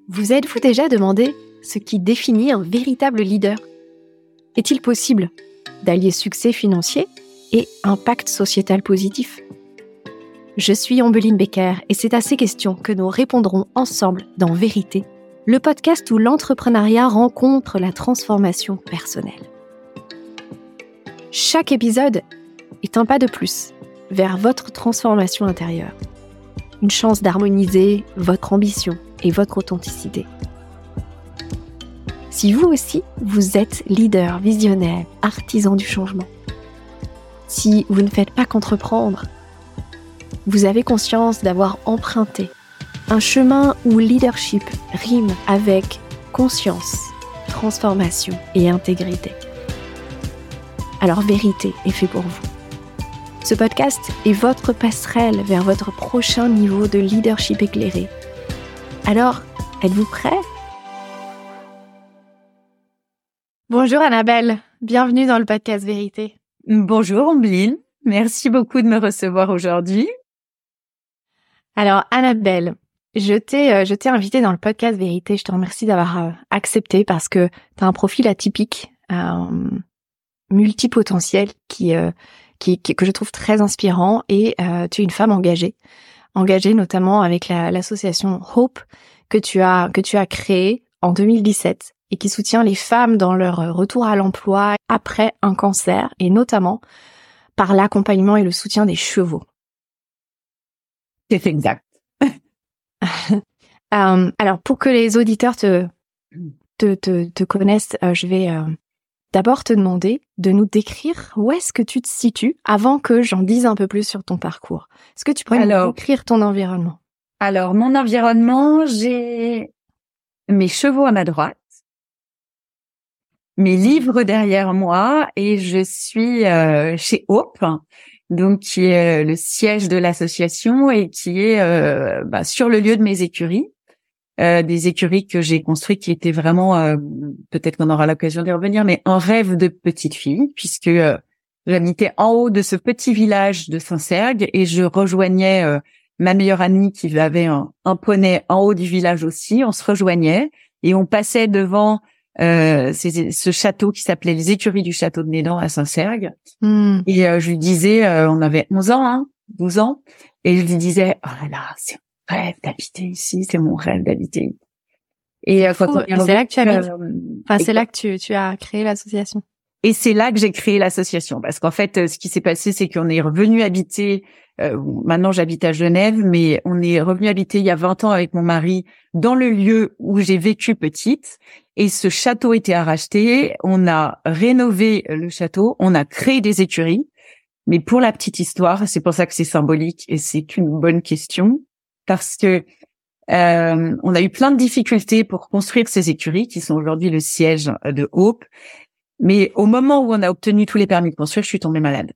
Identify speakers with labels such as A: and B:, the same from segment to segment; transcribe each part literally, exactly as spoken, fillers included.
A: Vous êtes-vous déjà demandé ce qui définit un véritable leader ? Est-il possible d'allier succès financier et impact sociétal positif ? Je suis Ambeline Becker et c'est à ces questions que nous répondrons ensemble dans Vérité, le podcast où l'entrepreneuriat rencontre la transformation personnelle. Chaque épisode est un pas de plus vers votre transformation intérieure. Une chance d'harmoniser votre ambition et votre authenticité. Si vous aussi, vous êtes leader, visionnaire, artisan du changement, si vous ne faites pas qu'entreprendre, vous avez conscience d'avoir emprunté un chemin où leadership rime avec conscience, transformation et intégrité. Alors Vérité est fait pour vous. Ce podcast est votre passerelle vers votre prochain niveau de leadership éclairé. Alors, êtes-vous prêts ? Bonjour Annabelle, bienvenue dans le podcast Vérité.
B: Bonjour Ambeline, merci beaucoup de me recevoir aujourd'hui.
A: Alors Annabelle, je t'ai, euh, je t'ai invitée dans le podcast Vérité, je te remercie d'avoir euh, accepté parce que tu as un profil atypique, euh, multipotentiel qui, euh, qui, qui, que je trouve très inspirant et euh, tu es une femme engagée, engagée notamment avec la, l'association Hope que tu as, que tu as créée en deux mille dix-sept et qui soutient les femmes dans leur retour à l'emploi après un cancer et notamment par l'accompagnement et le soutien des chevaux.
B: C'est exact.
A: euh, alors, pour que les auditeurs te, te, te, te connaissent, euh, je vais euh, d'abord te demander de nous décrire où est-ce que tu te situes avant que j'en dise un peu plus sur ton parcours. Est-ce que tu pourrais alors, nous décrire ton environnement ?
B: Alors, mon environnement, j'ai mes chevaux à ma droite, mes livres derrière moi et je suis euh, chez Hope, donc qui est le siège de l'association et qui est euh, bah, sur le lieu de mes écuries, euh, des écuries que j'ai construites qui étaient vraiment, euh, peut-être qu'on aura l'occasion d'y revenir, mais un rêve de petite fille, puisque euh, j'habitais en haut de ce petit village de Saint-Sergue et je rejoignais euh, ma meilleure amie qui avait un, un poney en haut du village aussi. On se rejoignait et on passait devant Euh, c'est ce château qui s'appelait les écuries du château de Nédan à Saint-Sergue. Mm. Et euh, je lui disais, euh, on avait onze ans, hein, douze ans, et je lui disais, oh là là, c'est mon rêve d'habiter ici, c'est mon rêve d'habiter.
A: Et euh, quand on est c'est là que tu habites. Euh, enfin, c'est là que tu, tu as créé l'association.
B: Et c'est là que j'ai créé l'association, parce qu'en fait, ce qui s'est passé, c'est qu'on est revenu habiter. Euh, maintenant, j'habite à Genève, mais on est revenu habiter il y a vingt ans avec mon mari dans le lieu où j'ai vécu petite. Et ce château était à racheter. On a rénové le château, on a créé des écuries. Mais pour la petite histoire, c'est pour ça que c'est symbolique et c'est une bonne question, parce que euh, on a eu plein de difficultés pour construire ces écuries qui sont aujourd'hui le siège de Hope. Mais au moment où on a obtenu tous les permis de construire, je suis tombée malade.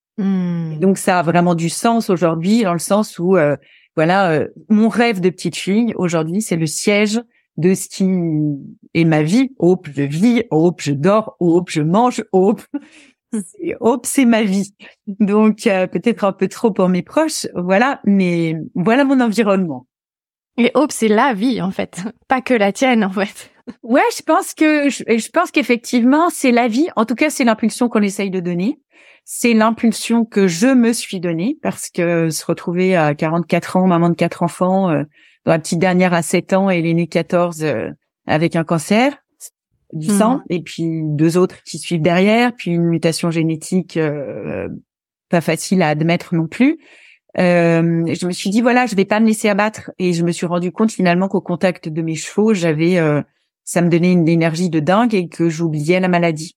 B: Mmh. Donc ça a vraiment du sens aujourd'hui, dans le sens où euh, voilà, euh, mon rêve de petite fille aujourd'hui, c'est le siège de ce qui est ma vie. Hope, je vis, Hope, je dors, Hope, je mange, Hope. C'est, Hope, c'est ma vie. Donc euh, peut-être un peu trop pour mes proches, voilà, mais voilà mon environnement.
A: Et Hope, c'est la vie en fait, pas que la tienne en fait.
B: Ouais, je pense que je, je pense qu'effectivement c'est la vie. En tout cas, c'est l'impulsion qu'on essaye de donner. C'est l'impulsion que je me suis donnée parce que se retrouver à quarante-quatre ans, maman de quatre enfants, euh, dont la petite dernière à sept ans et l'aînée quatorze euh, avec un cancer du mmh. sang, et puis deux autres qui suivent derrière, puis une mutation génétique euh, pas facile à admettre non plus. Euh, je me suis dit voilà, je vais pas me laisser abattre, et je me suis rendu compte finalement qu'au contact de mes chevaux, j'avais euh, ça me donnait une énergie de dingue et que j'oubliais la maladie.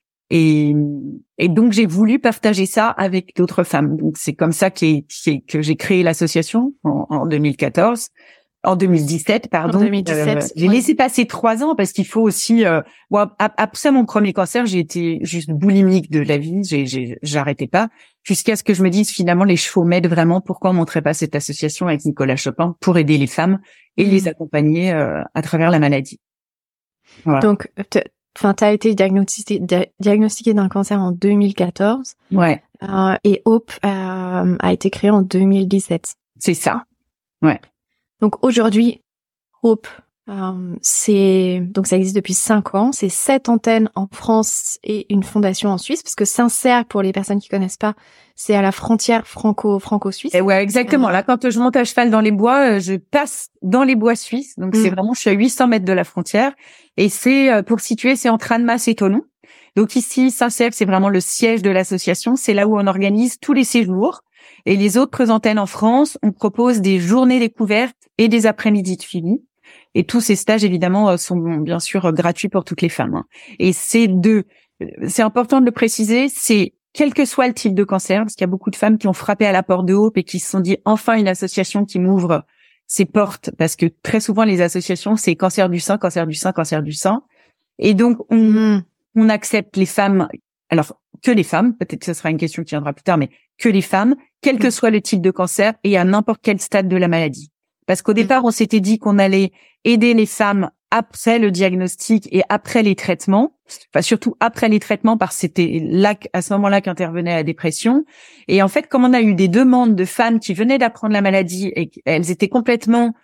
B: Et, et donc j'ai voulu partager ça avec d'autres femmes. Donc c'est comme ça qu'est, qu'est, que j'ai créé l'association en, en deux mille quatorze, en deux mille dix-sept pardon.
A: En deux mille dix-sept,
B: euh, j'ai ouais. laissé passer trois ans parce qu'il faut aussi. Euh, bon, après mon premier cancer, j'ai été juste boulimique de la vie. J'ai, j'ai, j'arrêtais pas jusqu'à ce que je me dise finalement les chevaux m'aident vraiment. Pourquoi on montrait pas cette association avec Nicolas Chopin pour aider les femmes et mmh. les accompagner euh, à travers la maladie.
A: Voilà. Donc Enfin, t'as été diagnostiqué, diagnostiqué d'un cancer en deux mille quatorze.
B: Ouais.
A: Euh, et Hope euh, a été créé en deux mille dix-sept.
B: C'est ça. Ouais.
A: Donc aujourd'hui, Hope Euh, c'est donc ça existe depuis cinq ans. C'est sept antennes en France et une fondation en Suisse, parce que Saint-Cergue, pour les personnes qui connaissent pas, c'est à la frontière franco franco-suisse.
B: Et ouais, exactement. Là, quand je monte à cheval dans les bois, je passe dans les bois suisses. Donc, c'est mm. vraiment, je suis à huit cents mètres de la frontière. Et c'est, pour situer, c'est entre Annemasse et Thonon. Donc ici, Saint-Cergue, c'est vraiment le siège de l'association. C'est là où on organise tous les séjours. Et les autres antennes en France, on propose des journées découvertes et des après-midi de filles. Et tous ces stages, évidemment, sont bien sûr gratuits pour toutes les femmes. Et c'est de, c'est important de le préciser, c'est quel que soit le type de cancer, parce qu'il y a beaucoup de femmes qui ont frappé à la porte de Hope et qui se sont dit enfin une association qui m'ouvre ses portes, parce que très souvent les associations, c'est cancer du sein, cancer du sein, cancer du sein. Et donc, on, mmh. on accepte les femmes, alors que les femmes, peut-être que ce sera une question qui viendra plus tard, mais que les femmes, quel que soit le type de cancer et à n'importe quel stade de la maladie. Parce qu'au départ, on s'était dit qu'on allait aider les femmes après le diagnostic et après les traitements, enfin surtout après les traitements, parce que c'était là, à ce moment-là qu'intervenait la dépression. Et en fait, comme on a eu des demandes de femmes qui venaient d'apprendre la maladie et qu'elles étaient complètement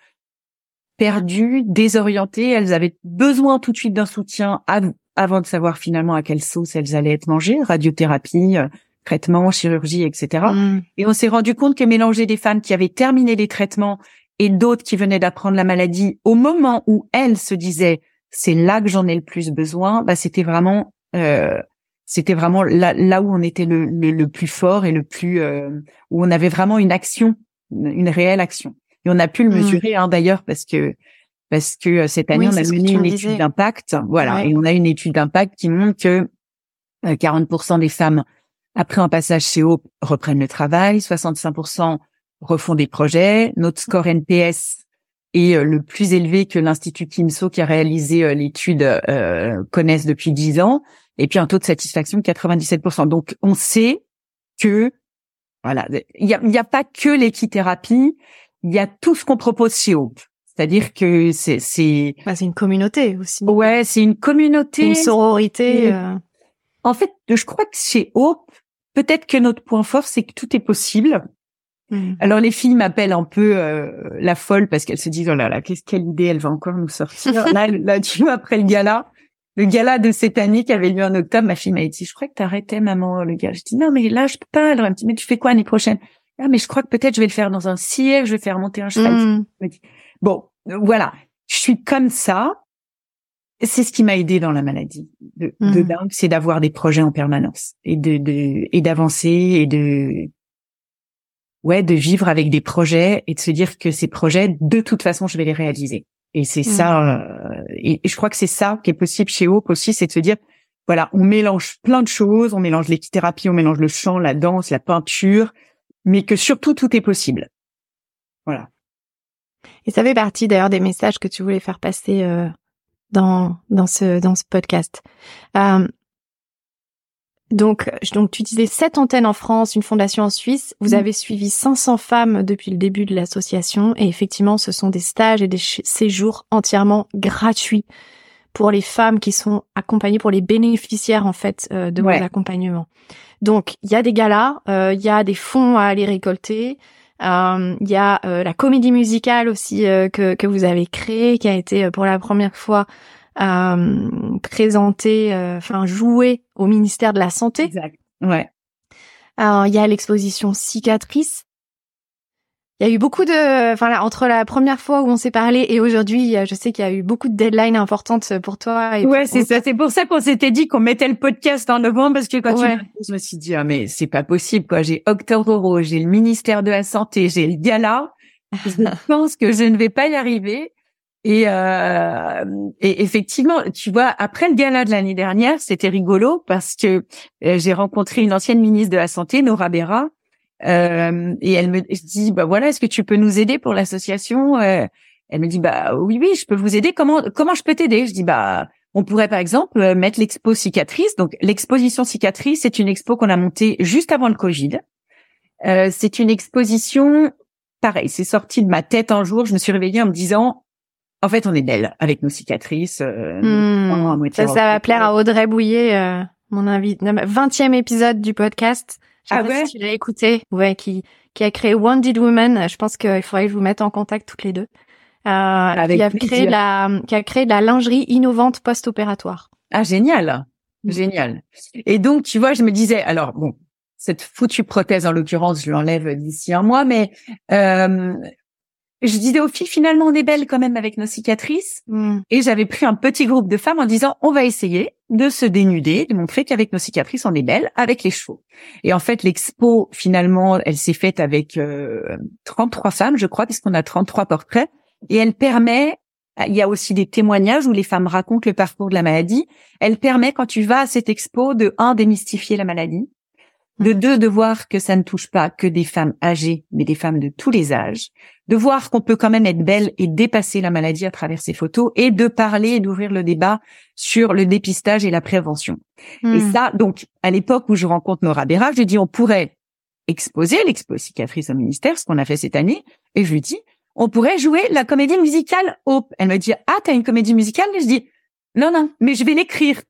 B: perdues, désorientées, elles avaient besoin tout de suite d'un soutien av- avant de savoir finalement à quelle sauce elles allaient être mangées, radiothérapie, euh, traitement, chirurgie, et cetera. Mmh. Et on s'est rendu compte que mélanger des femmes qui avaient terminé les traitements et d'autres qui venaient d'apprendre la maladie au moment où elles se disaient c'est là que j'en ai le plus besoin, bah c'était vraiment euh, c'était vraiment là là où on était le le, le plus fort et le plus euh, où on avait vraiment une action, une, une réelle action. Et on a pu le mesurer mmh. hein, d'ailleurs parce que parce que cette année oui, on a mené une étude d'impact, voilà, ouais. Et on a une étude d'impact qui montre que euh, quarante pour cent des femmes après un passage chez Hope reprennent le travail, soixante-cinq pour cent refont des projets. Notre score N P S est euh, le plus élevé que l'Institut Kimso qui a réalisé euh, l'étude euh, connaissent depuis dix ans. Et puis un taux de satisfaction de quatre-vingt-dix-sept pour cent. Donc on sait que voilà, il y a, il y a pas que l'équithérapie, il y a tout ce qu'on propose chez Hope. C'est-à-dire que c'est c'est
A: bah, c'est une communauté aussi.
B: Ouais, c'est une communauté,
A: une sororité.
B: Et,
A: euh...
B: En fait, je crois que chez Hope, peut-être que notre point fort, c'est que tout est possible. Mmh. Alors les filles m'appellent un peu euh, la folle parce qu'elles se disent oh là là, qu'est-ce quelle idée elle va encore nous sortir. là, là, tu vois, après le gala, le gala de cette année qui avait lieu en octobre, ma fille m'a dit je crois que t'arrêtais maman le gala. Je dis non mais là je peux pas. Alors elle me dit mais tu fais quoi l'année prochaine? Ah mais je crois que peut-être je vais le faire dans un cirque, je vais faire monter un cheval. Mmh. Bon, voilà, je suis comme ça. C'est ce qui m'a aidée dans la maladie de, mmh. de dingue, c'est d'avoir des projets en permanence et de, de et d'avancer et de ouais, de vivre avec des projets et de se dire que ces projets, de toute façon, je vais les réaliser. Et c'est mmh. ça, euh, et, et je crois que c'est ça qui est possible chez Hope aussi, c'est de se dire, voilà, on mélange plein de choses, on mélange l'équithérapie, on mélange le chant, la danse, la peinture, mais que surtout tout est possible. Voilà.
A: Et ça fait partie d'ailleurs des messages que tu voulais faire passer euh, dans dans ce dans ce podcast. Euh, Donc, donc tu disais sept antennes en France, une fondation en Suisse. Vous mmh. avez suivi cinq cents femmes depuis le début de l'association. Et effectivement, ce sont des stages et des ch- séjours entièrement gratuits pour les femmes qui sont accompagnées, pour les bénéficiaires, en fait, euh, de ouais. vos accompagnements. Donc, il y a des galas, euh, il y a des fonds à aller récolter. Euh, il y a euh, la comédie musicale aussi euh, que, que vous avez créée, qui a été euh, pour la première fois Euh, présenté, enfin euh, joué au ministère de la Santé.
B: Exact. Ouais.
A: Alors il y a l'exposition Cicatrices. Il y a eu beaucoup de, enfin là, entre la première fois où on s'est parlé et aujourd'hui, je sais qu'il y a eu beaucoup de deadlines importantes pour toi. Et
B: ouais,
A: pour...
B: c'est ça. C'est pour ça qu'on s'était dit qu'on mettait le podcast en novembre parce que quand ouais. tu je me suis dit ah mais c'est pas possible quoi. J'ai Octobre Rose, j'ai le ministère de la Santé, j'ai le gala. Je pense que je ne vais pas y arriver. Et, euh, et effectivement, tu vois, après le gala de l'année dernière, c'était rigolo parce que euh, j'ai rencontré une ancienne ministre de la Santé, Nora Berra, euh, et elle me dit, bah voilà, est-ce que tu peux nous aider pour l'association? euh, Elle me dit, bah oui, oui, je peux vous aider. Comment, comment je peux t'aider? Je dis, bah on pourrait par exemple mettre l'expo Cicatrices. Donc l'exposition Cicatrices, c'est une expo qu'on a montée juste avant le Covid. Euh, c'est une exposition, pareil, c'est sorti de ma tête un jour. Je me suis réveillée en me disant en fait, on est belle avec nos cicatrices. Euh,
A: mmh, nos ça, ça va plaire à Audrey Bouillet, euh, mon invité. vingtième épisode du podcast. Je sais
B: ah
A: pas
B: ouais?
A: Si tu l'as écouté. Ouais, qui, qui a créé Wounded Woman. Je pense qu'il faudrait que je vous mette en contact toutes les deux. euh, qui a créé de la, qui a créé de la lingerie innovante post-opératoire.
B: Ah, génial. Mmh. Génial. Et donc, tu vois, je me disais, alors, bon, cette foutue prothèse, en l'occurrence, je l'enlève d'ici un mois, mais, euh, je disais aux filles, finalement, on est belles quand même avec nos cicatrices. Mm. Et j'avais pris un petit groupe de femmes en disant, on va essayer de se dénuder, de montrer qu'avec nos cicatrices, on est belles avec les chevaux. Et en fait, l'expo, finalement, elle s'est faite avec euh, trente-trois femmes, je crois, puisqu'on a trente-trois portraits. Et elle permet, il y a aussi des témoignages où les femmes racontent le parcours de la maladie. Elle permet, quand tu vas à cette expo, de un, démystifier la maladie. De deux, de voir que ça ne touche pas que des femmes âgées, mais des femmes de tous les âges. De voir qu'on peut quand même être belle et dépasser la maladie à travers ces photos, et de parler et d'ouvrir le débat sur le dépistage et la prévention. Mmh. Et ça, donc, à l'époque où je rencontre Nora Béra, je lui dis, on pourrait exposer l'expo cicatrice au ministère, ce qu'on a fait cette année, et je lui dis, on pourrait jouer la comédie musicale Hope. Elle me dit, ah, t'as une comédie musicale? Et je dis, non, non, mais je vais l'écrire.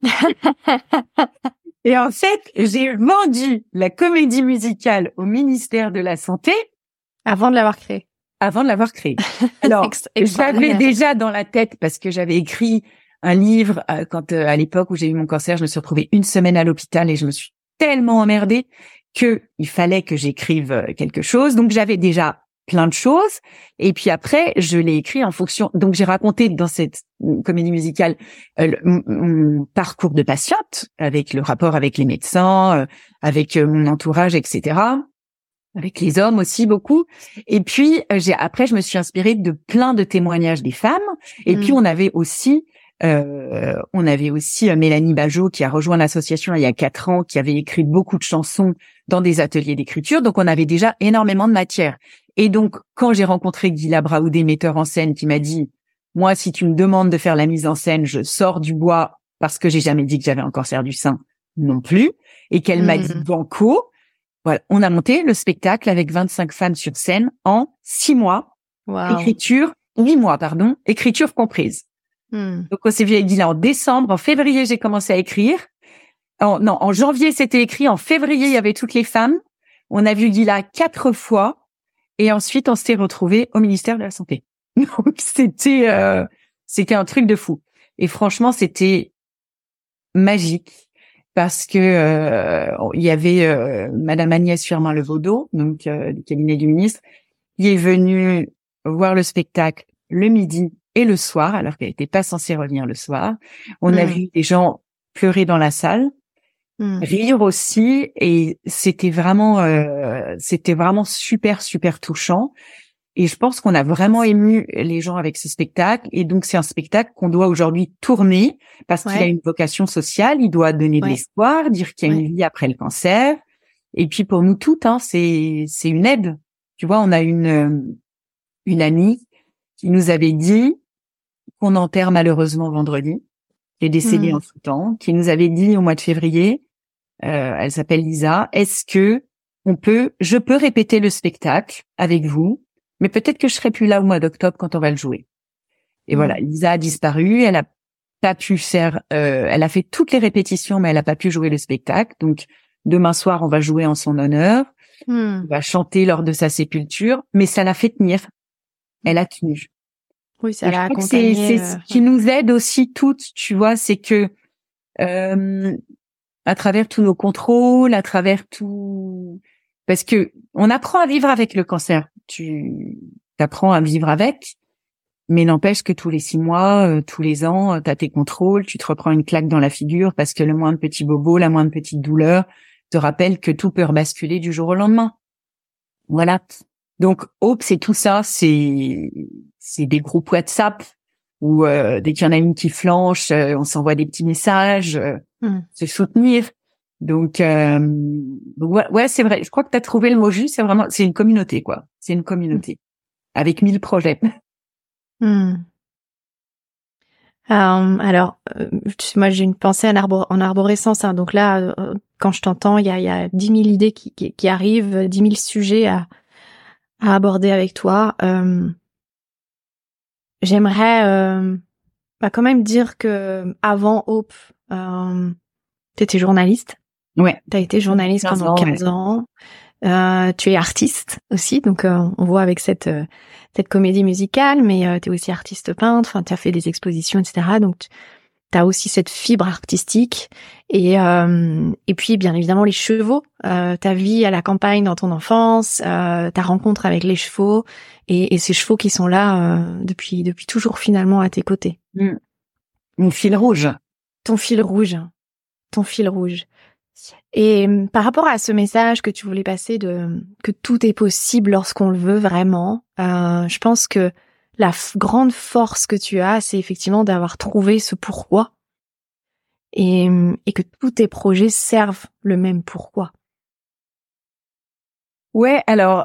B: Et en fait, j'ai vendu la comédie musicale au ministère de la Santé.
A: Avant de l'avoir créée.
B: Avant de l'avoir créée. Alors, j'avais déjà dans la tête, parce que j'avais écrit un livre euh, quand euh, à l'époque où j'ai eu mon cancer, je me suis retrouvée une semaine à l'hôpital et je me suis tellement emmerdée que il fallait que j'écrive quelque chose. Donc, j'avais déjà plein de choses. Et puis après, je l'ai écrit en fonction. Donc, j'ai raconté dans cette comédie musicale euh, mon, mon parcours de patiente, avec le rapport avec les médecins, euh, avec euh, mon entourage, et cetera. Avec les hommes aussi beaucoup. Et puis, euh, j'ai après, je me suis inspirée de plein de témoignages des femmes. Et mmh. puis, on avait aussi, euh, on avait aussi euh, Mélanie Bajot qui a rejoint l'association il y a quatre ans, qui avait écrit beaucoup de chansons dans des ateliers d'écriture. Donc, on avait déjà énormément de matière. Et donc, quand j'ai rencontré Guy Labraoudé, metteur en scène, qui m'a dit, moi, si tu me demandes de faire la mise en scène, je sors du bois parce que j'ai jamais dit que j'avais un cancer du sein non plus. Et qu'elle mmh. m'a dit banco. Voilà. On a monté le spectacle avec vingt-cinq femmes sur scène en six mois. Wow. Écriture, huit mois, pardon. Écriture comprise. Mmh. Donc, on s'est vu avec Guy là en décembre. En février, j'ai commencé à écrire. En, non, en janvier, c'était écrit. En février, il y avait toutes les femmes. On a vu Guy là quatre fois. Et ensuite, on s'est retrouvés au ministère de la Santé. Donc, c'était, euh, c'était un truc de fou. Et franchement, c'était magique parce que euh, il y avait euh, Madame Agnès Firmin-Levaudot, donc euh, du cabinet du ministre, qui est venue voir le spectacle le midi et le soir, alors qu'elle n'était pas censée revenir le soir. On mmh. a vu des gens pleurer dans la salle. Mmh. Rire aussi, et c'était vraiment euh, c'était vraiment super super touchant, et je pense qu'on a vraiment ému les gens avec ce spectacle. Et donc c'est un spectacle qu'on doit aujourd'hui tourner parce ouais. qu'il a une vocation sociale, il doit donner ouais. de l'espoir, dire qu'il y a ouais. une vie après le cancer. Et puis pour nous toutes, hein, c'est c'est une aide. Tu vois, on a une une amie qui nous avait dit qu'on enterre malheureusement vendredi, qui est décédée mmh. en tout temps, qui nous avait dit au mois de février. Euh, elle s'appelle Lisa. Est-ce que on peut, je peux répéter le spectacle avec vous, mais peut-être que je serai plus là au mois d'octobre quand on va le jouer. Et mmh. voilà, Lisa a disparu. Elle a pas pu faire. Euh, elle a fait toutes les répétitions, mais elle a pas pu jouer le spectacle. Donc demain soir, on va jouer en son honneur. Mmh. On va chanter lors de sa sépulture, mais ça l'a fait tenir. Elle a tenu.
A: Oui, ça l'a accompagnée.
B: C'est, c'est euh... ce qui nous aide aussi toutes. Tu vois, c'est que. Euh, à travers tous nos contrôles, à travers tout, parce que on apprend à vivre avec le cancer. Tu apprends à vivre avec, mais n'empêche que tous les six mois, euh, tous les ans, euh, t'as tes contrôles, tu te reprends une claque dans la figure parce que le moindre petit bobo, la moindre petite douleur te rappelle que tout peut rebasculer du jour au lendemain. Voilà. Donc, Hope, c'est tout ça, c'est c'est des groupes WhatsApp où euh, dès qu'il y en a une qui flanche, euh, on s'envoie des petits messages. Euh, Mmh. se soutenir. Donc, euh, donc ouais, ouais, c'est vrai. Je crois que tu as trouvé le mot juste. C'est vraiment, c'est une communauté, quoi. C'est une communauté mmh. avec mille projets.
A: Mmh. Euh, alors, euh, moi, j'ai une pensée en, arbor- en arborescence. Hein, donc là, euh, quand je t'entends, il y a, y a dix mille idées qui, qui, qui arrivent, dix mille sujets à, à aborder avec toi. Euh, j'aimerais euh, bah, quand même dire que avant Hope, Euh, t'étais journaliste.
B: Ouais.
A: T'as été journaliste pendant quinze
B: ouais.
A: ans. Euh, tu es artiste aussi, donc euh, on voit avec cette euh, cette comédie musicale, mais euh, tu es aussi artiste peintre. Enfin, tu as fait des expositions, et cetera. Donc tu as aussi cette fibre artistique et euh, et puis bien évidemment les chevaux. Euh, ta vie à la campagne dans ton enfance, euh, ta rencontre avec les chevaux et, et ces chevaux qui sont là euh, depuis depuis toujours finalement à tes côtés.
B: Mmh. Mon fil rouge.
A: Ton fil rouge, ton fil rouge. Et par rapport à ce message que tu voulais passer de que tout est possible lorsqu'on le veut vraiment, euh, je pense que la f- grande force que tu as, c'est effectivement d'avoir trouvé ce pourquoi et, et que tous tes projets servent le même pourquoi.
B: Ouais, alors,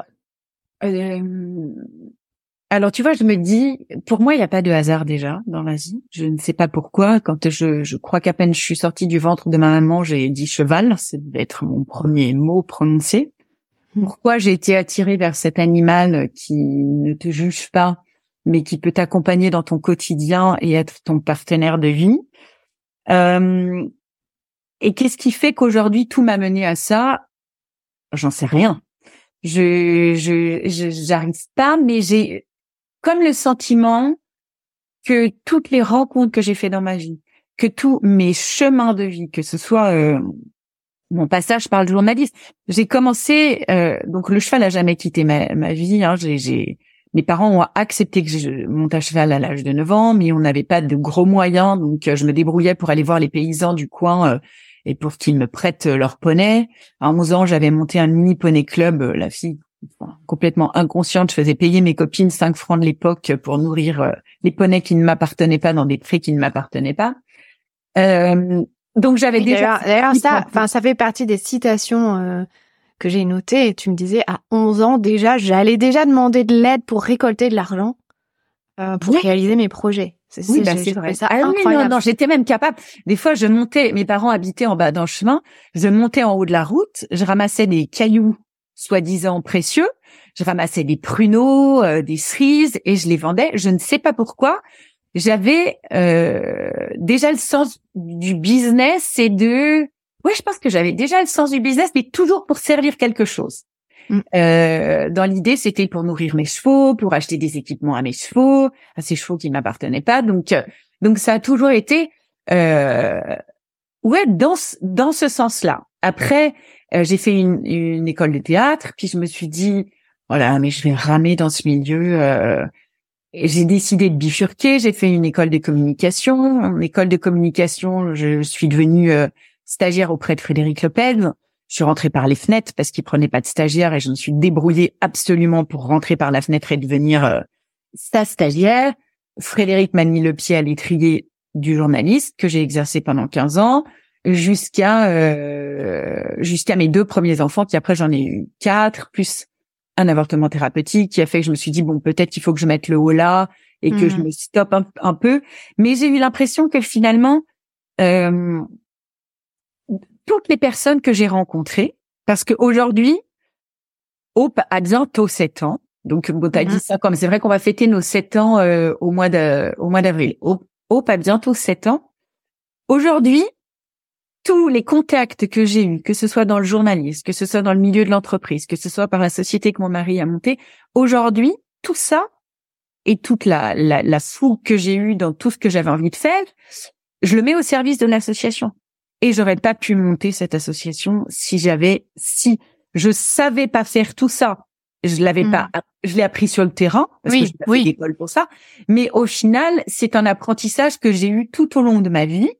B: euh, alors tu vois, je me dis, pour moi, il n'y a pas de hasard déjà dans la vie. Je ne sais pas pourquoi. Quand je, je crois qu'à peine je suis sortie du ventre de ma maman, j'ai dit cheval. Ça devait être mon premier mot prononcé. Pourquoi j'ai été attirée vers cet animal qui ne te juge pas, mais qui peut t'accompagner dans ton quotidien et être ton partenaire de vie. Euh, et qu'est-ce qui fait qu'aujourd'hui tout m'a mené à ça? J'en sais rien. Je, je, je, j'arrive pas, mais j'ai comme le sentiment que toutes les rencontres que j'ai fait dans ma vie, que tous mes chemins de vie, que ce soit euh, mon passage par le journaliste, j'ai commencé, euh, donc le cheval a jamais quitté ma, ma vie. Hein, j'ai, j'ai, mes parents ont accepté que je monte à cheval à l'âge de neuf ans, mais on n'avait pas de gros moyens, donc euh, je me débrouillais pour aller voir les paysans du coin euh, et pour qu'ils me prêtent euh, leur poney. À onze ans, j'avais monté un mini poney club, euh, la fille enfin, complètement inconsciente, je faisais payer mes copines cinq francs de l'époque pour nourrir euh, les poneys qui ne m'appartenaient pas dans des prés qui ne m'appartenaient pas. Euh, donc j'avais
A: Oui,
B: déjà...
A: D'ailleurs, d'ailleurs ça, enfin, ça fait partie des citations euh, que j'ai notées. Et tu me disais, à onze ans déjà, j'allais déjà demander de l'aide pour récolter de l'argent euh, pour
B: Oui.
A: réaliser mes projets. C'est,
B: Oui,
A: c'est,
B: bah
A: j'ai-
B: c'est
A: j'ai trouvé
B: vrai.
A: ça
B: Ah oui,
A: incroyable.
B: non, non, j'étais même capable. Des fois, je montais, mes parents habitaient en bas d'un chemin, je montais en haut de la route, je ramassais des cailloux soi-disant précieux, je ramassais des pruneaux, euh, des cerises et je les vendais. Je ne sais pas pourquoi. J'avais euh, déjà le sens du business et de... Ouais, je pense que j'avais déjà le sens du business, mais toujours pour servir quelque chose.
A: Mm.
B: Euh, dans l'idée, c'était pour nourrir mes chevaux, pour acheter des équipements à mes chevaux, à ces chevaux qui ne m'appartenaient pas. Donc, euh, donc ça a toujours été, euh, ouais, dans ce- dans ce sens-là. Après, euh, j'ai fait une, une école de théâtre, puis je me suis dit, voilà, mais je vais ramer dans ce milieu. Euh, et j'ai décidé de bifurquer. J'ai fait une école de communication. En école de communication, je suis devenue euh, stagiaire auprès de Frédéric Lopez. Je suis rentrée par les fenêtres parce qu'il prenait pas de stagiaire et je me suis débrouillée absolument pour rentrer par la fenêtre et devenir euh, sa stagiaire. Frédéric m'a mis le pied à l'étrier du journaliste que j'ai exercé pendant quinze ans jusqu'à euh, jusqu'à mes deux premiers enfants, puis après j'en ai eu quatre, plus un avortement thérapeutique qui a fait que je me suis dit, bon, peut-être qu'il faut que je mette le haut là et que
A: Mhm.
B: je me stoppe un, un peu. Mais j'ai eu l'impression que finalement, euh, toutes les personnes que j'ai rencontrées, parce qu'aujourd'hui, Hope a bientôt sept ans. Donc, bon, t'as
A: Mhm.
B: dit ça comme c'est vrai qu'on va fêter nos sept ans euh, au mois de, au mois d'avril. Hope, Hope a bientôt sept ans. Aujourd'hui, tous les contacts que j'ai eus, que ce soit dans le journalisme, que ce soit dans le milieu de l'entreprise, que ce soit par la société que mon mari a montée, aujourd'hui, tout ça et toute la, la, la fougue que j'ai eue dans tout ce que j'avais envie de faire, je le mets au service de l'association. Et j'aurais pas pu monter cette association si j'avais, si je savais pas faire tout ça. Je l'avais
A: Mm.
B: pas, je l'ai appris sur le terrain parce
A: Oui,
B: que je n'ai pas
A: oui.
B: fait d'école pour ça. Mais au final, c'est un apprentissage que j'ai eu tout au long de ma vie.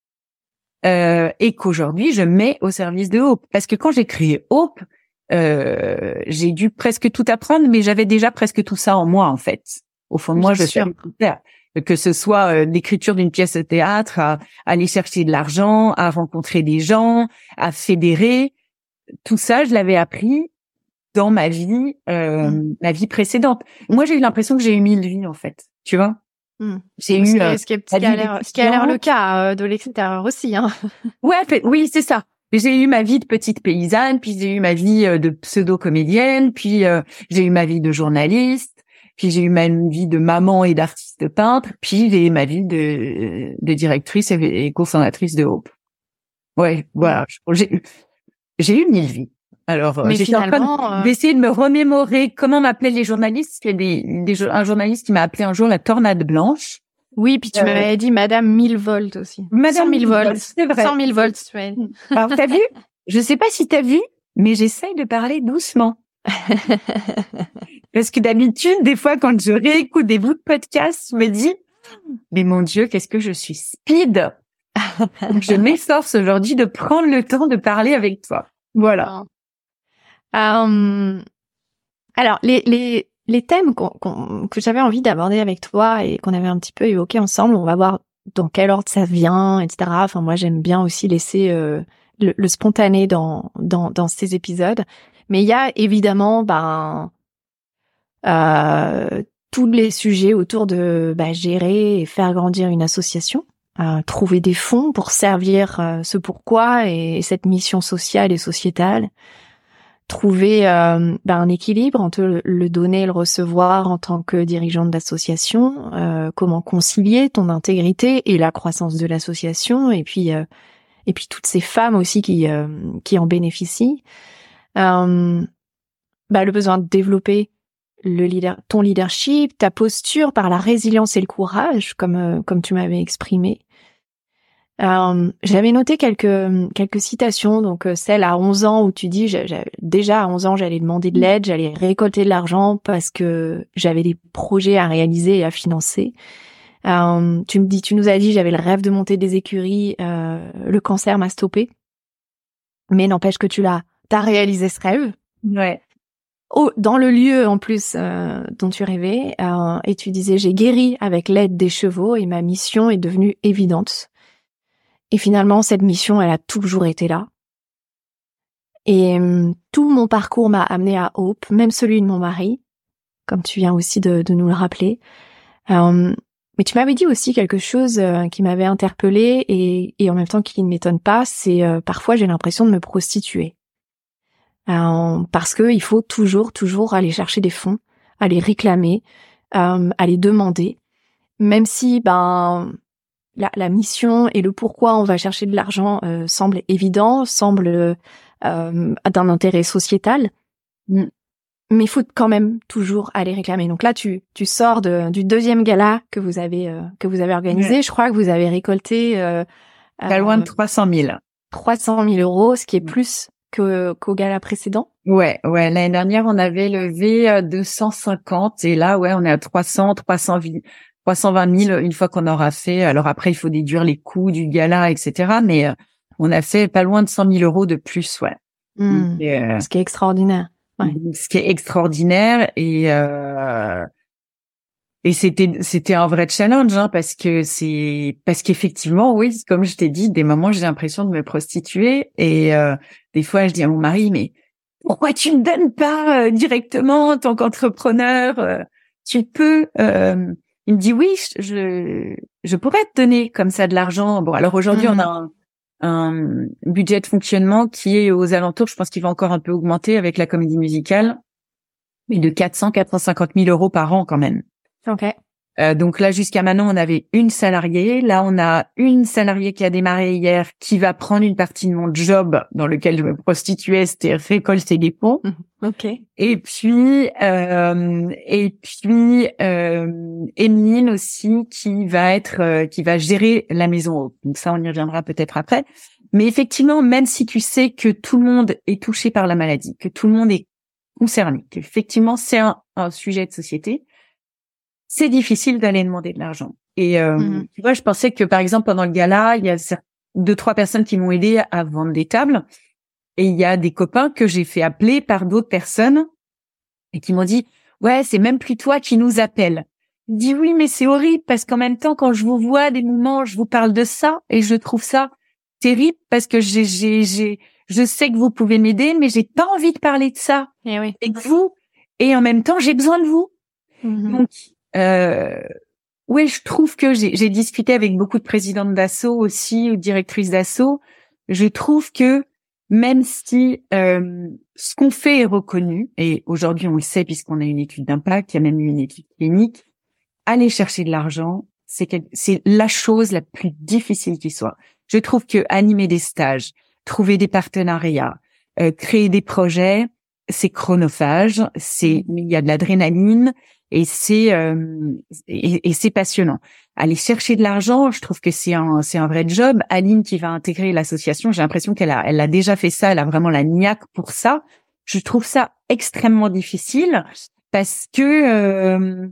B: Euh, et qu'aujourd'hui je mets au service de Hope. Parce que quand j'ai créé Hope, euh, j'ai dû presque tout apprendre, mais j'avais déjà presque tout ça en moi, en fait. Au fond de moi,
A: Bien
B: je
A: sûr.
B: savais tout faire. Que ce soit euh, l'écriture d'une pièce de théâtre, à, à aller chercher de l'argent, à rencontrer des gens, à fédérer, tout ça, je l'avais appris dans ma vie, euh,
A: Mm.
B: ma vie précédente. Moi, j'ai eu l'impression que j'ai eu mille vies, en fait. Tu vois?
A: Mm.
B: J'ai
A: Ce
B: eu
A: qui
B: euh,
A: est, ce qui est, ce
B: la
A: qui a
B: vie
A: l'air, ce qui a l'air le
B: d'étudiante.
A: cas euh, de l'extérieur aussi, hein.
B: Ouais, fait- oui, c'est ça. J'ai eu ma vie de petite paysanne, puis j'ai eu ma vie euh, de pseudo-comédienne, puis euh, j'ai eu ma vie de journaliste, puis j'ai eu ma vie de maman et d'artiste peintre, puis j'ai eu ma vie de, de directrice et, et cofondatrice de Hope. Ouais, voilà. J'ai, j'ai eu mille vies. Alors, euh,
A: Mais
B: j'étais en train
A: finalement, euh,
B: d'essayer de me remémorer comment m'appelaient les journalistes. Il y a des, des, un journaliste qui m'a appelé un jour la tornade blanche.
A: oui, puis tu
B: Euh,
A: m'avais dit Madame mille volts aussi.
B: Madame
A: cent mille
B: Mille
A: volts.
B: c'est vrai.
A: cent mille volts, tu m'avais dit.
B: Alors, t'as vu? Je sais pas si t'as vu, mais j'essaye de parler doucement. Parce que d'habitude, des fois, quand je réécoute des bouts de podcast, je me dis, mais mon Dieu, qu'est-ce que je suis speed. Donc, je m'efforce aujourd'hui de prendre le temps de parler avec toi. Voilà.
A: Euh, alors, les, les, les thèmes qu'on, qu'on, que j'avais envie d'aborder avec toi et qu'on avait un petit peu évoqués ensemble, on va voir dans quel ordre ça vient, et cetera. Enfin, moi, j'aime bien aussi laisser euh, le, le spontané dans, dans, dans ces épisodes. Mais il y a évidemment ben, euh, tous les sujets autour de bah, gérer et faire grandir une association. Euh, trouver des fonds pour servir euh, ce pourquoi et cette mission sociale et sociétale, trouver euh, ben, un équilibre entre le, le donner et le recevoir en tant que dirigeante d'association, euh, comment concilier ton intégrité et la croissance de l'association, et puis euh, et puis toutes ces femmes aussi qui euh, qui en bénéficient, euh, ben, le besoin de développer le leader, ton leadership, ta posture par la résilience et le courage, comme euh, comme tu m'avais exprimé. Euh, j'avais noté quelques quelques citations, donc euh, celle à onze ans où tu dis j'ai, j'ai, déjà à onze ans j'allais demander de l'aide, j'allais récolter de l'argent parce que j'avais des projets à réaliser et à financer. Euh, tu me dis, tu nous as dit j'avais le rêve de monter des écuries, euh, le cancer m'a stoppé, mais n'empêche que tu l'as, t'as réalisé ce rêve.
B: Ouais.
A: Oh, dans le lieu en plus euh, dont tu rêvais, euh, et tu disais j'ai guéri avec l'aide des chevaux et ma mission est devenue évidente. Et finalement, cette mission, elle a toujours été là. Et euh, tout mon parcours m'a amené à Hope, même celui de mon mari, comme tu viens aussi de, de nous le rappeler. Euh, mais tu m'avais dit aussi quelque chose euh, qui m'avait interpellée et, et en même temps qui ne m'étonne pas, c'est euh, parfois j'ai l'impression de me prostituer. Euh, parce que il faut toujours, toujours aller chercher des fonds, aller réclamer, euh, aller demander, même si ben la, la mission et le pourquoi on va chercher de l'argent euh, semble évident, semble euh, d'un intérêt sociétal, mm. mais il faut quand même toujours aller réclamer. Donc là, tu tu sors de, du deuxième gala que vous avez euh, que vous avez organisé. Ouais. Je crois que vous avez récolté euh,
B: pas loin de trois cent mille.
A: trois cent mille euros, ce qui est plus que qu'au gala précédent.
B: Ouais, ouais. L'année dernière, on avait levé deux cent cinquante et là, ouais, on est à trois cents, trois cent vingt mille une fois qu'on aura fait. Alors après, il faut déduire les coûts du gala, et cetera. Mais euh, on a fait pas loin de cent mille euros de plus, ouais.
A: Mmh, et, euh, ce qui est extraordinaire. Ouais.
B: Ce qui est extraordinaire et euh, et c'était c'était un vrai challenge, hein, parce que c'est parce qu'effectivement, oui, comme je t'ai dit, des moments j'ai l'impression de me prostituer et euh, des fois je dis à mon mari, mais pourquoi tu ne donnes pas euh, directement en tant qu'entrepreneur, euh, tu peux. Euh, il me dit oui, je je pourrais te donner comme ça de l'argent. Bon, alors aujourd'hui mmh. on a un, un budget de fonctionnement qui est aux alentours, je pense qu'il va encore un peu augmenter avec la comédie musicale, mais de quatre cents, quatre cent cinquante mille euros par an quand même.
A: Ok.
B: Euh, donc là, jusqu'à maintenant, on avait une salariée. Là, on a une salariée qui a démarré hier, qui va prendre une partie de mon job dans lequel je me prostituais, c'était récolter des ponts.
A: Ok.
B: Et puis, euh, et puis, euh, Emeline aussi, qui va être, euh, qui va gérer la maison. Donc ça, on y reviendra peut-être après. Mais effectivement, même si tu sais que tout le monde est touché par la maladie, que tout le monde est concerné, qu'effectivement, c'est un, un sujet de société, c'est difficile d'aller demander de l'argent. Et euh, mmh. tu vois, je pensais que, par exemple, pendant le gala, il y a deux, trois personnes qui m'ont aidé à vendre des tables. Et il y a des copains que j'ai fait appeler par d'autres personnes et qui m'ont dit « Ouais, c'est même plus toi qui nous appelles. » Je dis « Oui, mais c'est horrible parce qu'en même temps, quand je vous vois des moments, je vous parle de ça et je trouve ça terrible parce que j'ai, j'ai, j'ai, je sais que vous pouvez m'aider, mais j'ai pas envie de parler de ça
A: et oui.
B: avec vous. Et en même temps, j'ai besoin de vous. Mmh. » Donc, Euh, oui, je trouve que j'ai, j'ai discuté avec beaucoup de présidentes d'asso aussi, ou directrices d'asso. Je trouve que même si euh, ce qu'on fait est reconnu, et aujourd'hui on le sait puisqu'on a une étude d'impact, il y a même eu une étude clinique, aller chercher de l'argent, c'est, quel, c'est la chose la plus difficile qui soit. Je trouve que animer des stages, trouver des partenariats, Euh, créer des projets, c'est chronophage, c'est il y a de l'adrénaline et c'est euh, et, et c'est passionnant. Aller chercher de l'argent, je trouve que c'est un c'est un vrai job. Aline qui va intégrer l'association, j'ai l'impression qu'elle a elle a déjà fait ça, elle a vraiment la niaque pour ça. Je trouve ça extrêmement difficile parce que euh,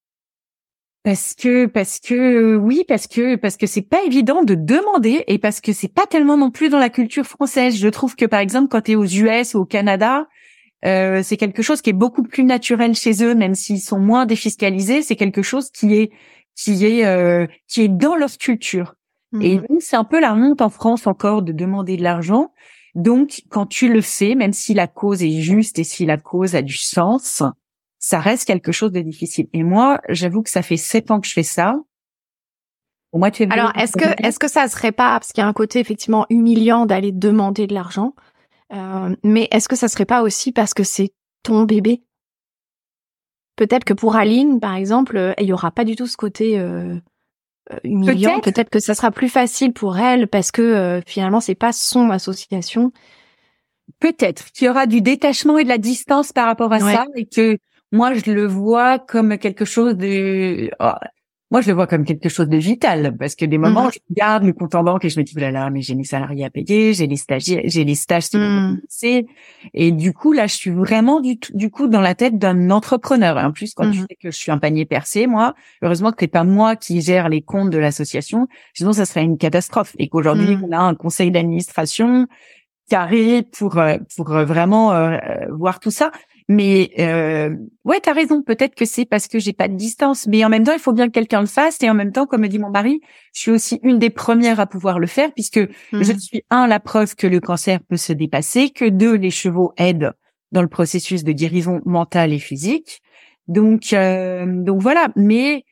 B: Parce que, parce que, oui, parce que, parce que c'est pas évident de demander et parce que c'est pas tellement non plus dans la culture française. Je trouve que, par exemple, quand tu es aux U S ou au Canada, euh, c'est quelque chose qui est beaucoup plus naturel chez eux, même s'ils sont moins défiscalisés. C'est quelque chose qui est, qui est, euh, qui est dans leur culture. Mmh. Et nous, c'est un peu la honte en France encore de demander de l'argent. Donc, quand tu le fais, même si la cause est juste et si la cause a du sens, ça reste quelque chose de difficile. Et moi, j'avoue que ça fait sept ans que je fais ça.
A: Au mois de février. Alors, est-ce que, est-ce que ça serait pas, parce qu'il y a un côté effectivement humiliant d'aller demander de l'argent, euh, mais est-ce que ça serait pas aussi parce que c'est ton bébé? Peut-être que pour Aline, par exemple, il y aura pas du tout ce côté euh, humiliant. Peut-être. Peut-être que ça sera plus facile pour elle parce que euh, finalement, c'est pas son association.
B: Peut-être qu'il y aura du détachement et de la distance par rapport à ouais. ça et que moi, je le vois comme quelque chose de... Oh, moi, je le vois comme quelque chose de vital parce que des moments, mm-hmm. je regarde le compte en banque et je me dis, oh là là, mais j'ai mes salariés à payer, j'ai les stagiaires, j'ai les stages, mm. c'est et du coup, là, je suis vraiment du, du coup dans la tête d'un entrepreneur. Et en plus, quand mm-hmm. tu sais que je suis un panier percé, moi, heureusement que c'est pas moi qui gère les comptes de l'association, sinon ça serait une catastrophe. Et qu'aujourd'hui, mm. on a un conseil d'administration carré pour pour vraiment euh, voir tout ça. Mais euh, ouais, t'as raison. Peut-être que c'est parce que j'ai pas de distance, mais en même temps, il faut bien que quelqu'un le fasse. Et en même temps, comme me dit mon mari, je suis aussi une des premières à pouvoir le faire, puisque mmh. je suis un la preuve que le cancer peut se dépasser, que deux les chevaux aident dans le processus de guérison mentale et physique. Donc euh, donc voilà. Mais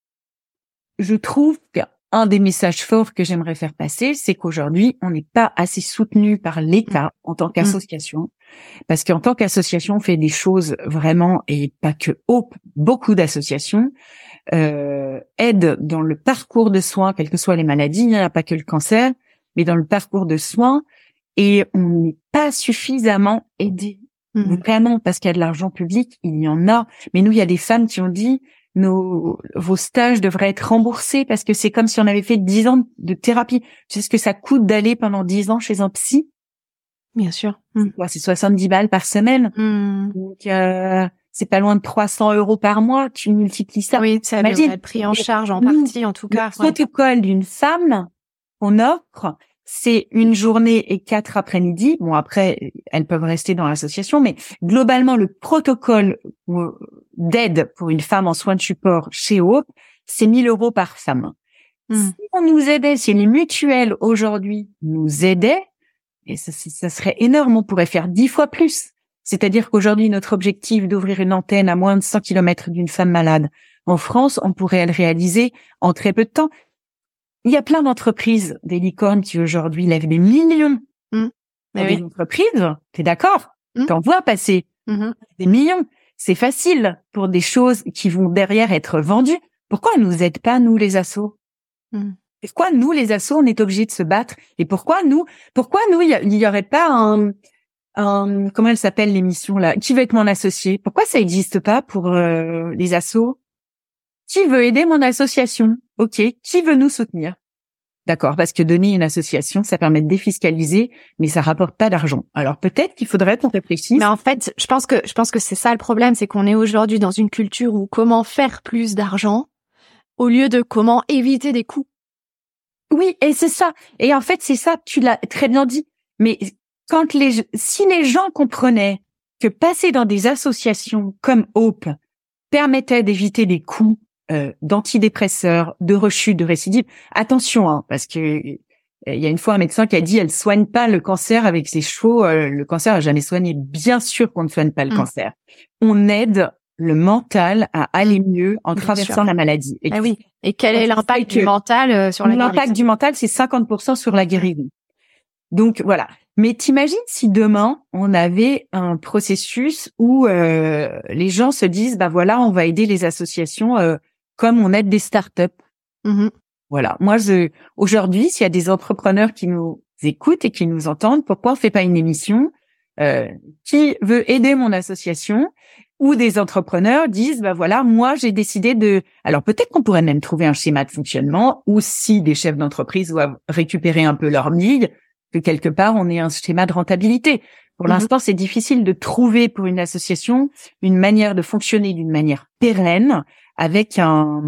B: je trouve que un des messages forts que j'aimerais faire passer, c'est qu'aujourd'hui, on n'est pas assez soutenu par l'État en tant qu'association, parce qu'en tant qu'association, on fait des choses vraiment, et pas que Hope, beaucoup d'associations euh, aident dans le parcours de soins, quelles que soient les maladies, il n'y a pas que le cancer, mais dans le parcours de soins, et on n'est pas suffisamment aidé, mmh. vraiment, parce qu'il y a de l'argent public, il y en a, mais nous, il y a des femmes qui ont dit... Nos, vos stages devraient être remboursés parce que c'est comme si on avait fait dix ans de thérapie. Tu sais ce que ça coûte d'aller pendant dix ans chez un psy?
A: Bien sûr.
B: C'est quoi? C'est soixante-dix balles par semaine. Mm. Donc, euh, c'est pas loin de trois cents euros par mois. Tu multiplies ça.
A: Oui, ça devrait être pris en charge en partie, en tout cas.
B: Le protocole d'une femme qu'on offre, c'est une journée et quatre après-midi. Bon, après, elles peuvent rester dans l'association, mais globalement, le protocole d'aide pour une femme en soins de support chez Hope, c'est mille euros par femme. Mmh. Si on nous aidait, si les mutuelles aujourd'hui nous aidaient, et ça, ça serait énorme, on pourrait faire dix fois plus. C'est-à-dire qu'aujourd'hui, notre objectif d'ouvrir une antenne à moins de cent kilomètres d'une femme malade en France, on pourrait le réaliser en très peu de temps. Il y a plein d'entreprises, des licornes qui aujourd'hui lèvent des millions. Mmh. Mais des oui. entreprises, t'es d'accord? Mmh. T'en vois passer mmh. des millions. C'est facile pour des choses qui vont derrière être vendues. Pourquoi on nous aide pas, nous, les assos? mmh. Pourquoi, nous, les assos, on est obligés de se battre? Et pourquoi, nous, pourquoi, nous, il y, y aurait pas un, un, comment elle s'appelle l'émission, là? Qui veut être mon associé? Pourquoi ça existe pas pour euh, les assos? Qui veut aider mon association? Ok. Qui veut nous soutenir? D'accord, parce que donner une association, ça permet de défiscaliser, mais ça rapporte pas d'argent. Alors peut-être qu'il faudrait qu'on réfléchisse.
A: Mais en fait, je pense que je pense que c'est ça le problème, c'est qu'on est aujourd'hui dans une culture où comment faire plus d'argent au lieu de comment éviter des coûts.
B: Oui, et c'est ça. Et en fait, c'est ça, tu l'as très bien dit. Mais quand les si les gens comprenaient que passer dans des associations comme Hope permettait d'éviter des coûts Euh, d'antidépresseurs, de rechutes, de récidives. Attention, hein, parce que il y a une fois un médecin qui a dit elle soigne pas le cancer avec ses chevaux. Euh, le cancer a jamais soigné. Bien sûr qu'on ne soigne pas le mmh. cancer. On aide le mental à aller mieux en Bien traversant sûr. la maladie.
A: Et, ah oui. Et quel est l'impact du mental euh, sur la guérison?
B: L'impact du mental, c'est cinquante pour cent sur la guérison. Donc voilà. Mais t'imagines si demain on avait un processus où euh, les gens se disent bah voilà, on va aider les associations euh, comme on aide des startups. Mmh. Voilà. Moi, je, aujourd'hui, s'il y a des entrepreneurs qui nous écoutent et qui nous entendent, pourquoi on fait pas une émission euh, qui veut aider mon association, ou des entrepreneurs disent, bah voilà, moi j'ai décidé de... Alors peut-être qu'on pourrait même trouver un schéma de fonctionnement, ou si des chefs d'entreprise doivent récupérer un peu leur mille, que quelque part on ait un schéma de rentabilité. Pour mmh. l'instant, c'est difficile de trouver pour une association une manière de fonctionner d'une manière pérenne, avec un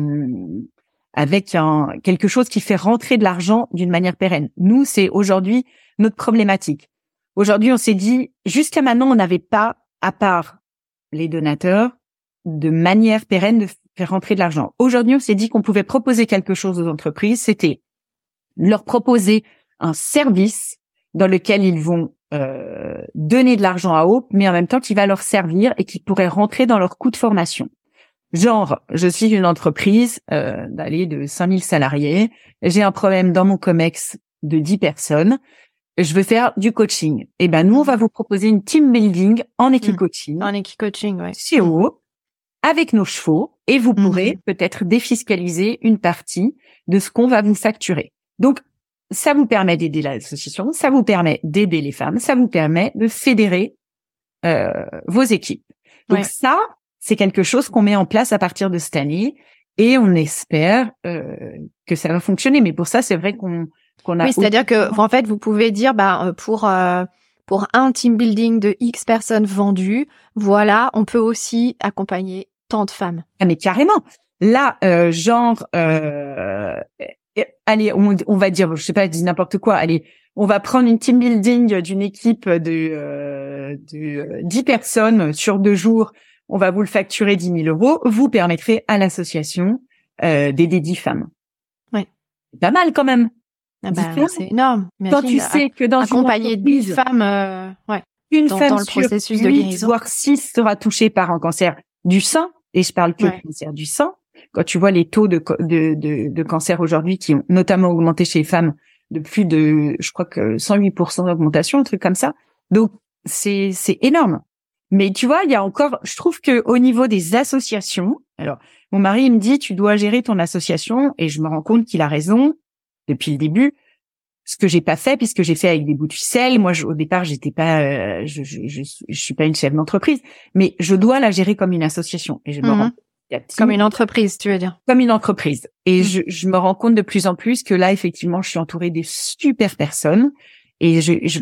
B: avec un quelque chose qui fait rentrer de l'argent d'une manière pérenne. Nous, c'est aujourd'hui notre problématique. Aujourd'hui, on s'est dit, jusqu'à maintenant, on n'avait pas, à part les donateurs, de manière pérenne de faire rentrer de l'argent. Aujourd'hui, on s'est dit qu'on pouvait proposer quelque chose aux entreprises, c'était leur proposer un service dans lequel ils vont euh, donner de l'argent à Hope, mais en même temps qui va leur servir et qui pourrait rentrer dans leur coût de formation. Genre, je suis une entreprise euh, d'aller de cinq mille salariés, j'ai un problème dans mon COMEX de dix personnes, je veux faire du coaching. Eh ben nous, on va vous proposer une team building en équi-coaching.
A: En équi-coaching, ouais.
B: C O O, avec nos chevaux, et vous pourrez mmh. peut-être défiscaliser une partie de ce qu'on va vous facturer. Donc, ça vous permet d'aider l'association, ça vous permet d'aider les femmes, ça vous permet de fédérer euh, vos équipes. Donc ouais. ça, c'est quelque chose qu'on met en place à partir de cette année, et on espère euh, que ça va fonctionner. Mais pour ça, c'est vrai qu'on qu'on a.
A: Oui, c'est-à-dire que en fait, vous pouvez dire, bah pour euh, pour un team building de X personnes vendues, voilà, on peut aussi accompagner tant de femmes.
B: Ah mais carrément. Là, euh, genre, euh, allez, on, on va dire, je sais pas, je dis n'importe quoi. Allez, on va prendre une team building d'une équipe de euh, de dix personnes sur deux jours. On va vous le facturer dix mille euros. Vous permettrez à l'association euh, d'aider dix femmes.
A: Ouais.
B: C'est pas mal quand même.
A: Ah bah, c'est énorme.
B: Quand tu sais que dans
A: accompagner dix femmes, euh, ouais,
B: une
A: dans,
B: femme
A: dans le
B: sur
A: processus de
B: huit,
A: guérison,
B: voire six sera touchée par un cancer du sein. Et je parle que
A: ouais.
B: cancer du sein. Quand tu vois les taux de de de, de cancer aujourd'hui qui ont notamment augmenté chez les femmes de plus de, je crois que cent huit pour cent d'augmentation, un truc comme ça. Donc c'est c'est énorme. Mais tu vois, il y a encore, je trouve que au niveau des associations, alors mon mari il me dit tu dois gérer ton association, et je me rends compte qu'il a raison depuis le début. Ce que j'ai pas fait, puisque j'ai fait avec des bouts de ficelle. Moi, je, au départ, j'étais pas, euh, je, je, je, je suis pas une chef d'entreprise, mais je dois la gérer comme une association. Et je me
A: mmh.
B: rends
A: comme une entreprise, tu veux dire?
B: Comme une entreprise. Et
A: mmh.
B: je, je me rends compte de plus en plus que là, effectivement, je suis entourée de super personnes. Et je, je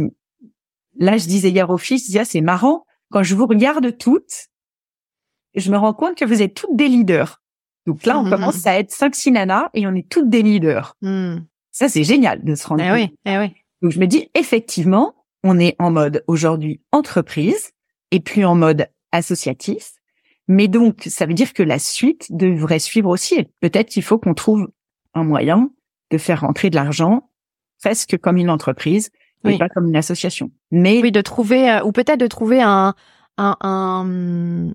B: là, je disais hier au fils, je disais, ah, c'est marrant. Quand je vous regarde toutes, je me rends compte que vous êtes toutes des leaders. Donc là, on mmh. commence à être cinq, six nanas et on est toutes des leaders.
A: mmh.
B: Ça, c'est génial de se rendre
A: eh
B: compte.
A: Oui, eh oui.
B: Donc, je me dis, effectivement, on est en mode aujourd'hui entreprise et plus en mode associatif. Mais donc, ça veut dire que la suite devrait suivre aussi. Et peut-être qu'il faut qu'on trouve un moyen de faire rentrer de l'argent presque comme une entreprise et
A: oui.
B: pas comme une association. Mais
A: oui, de trouver euh, ou peut-être de trouver un un un,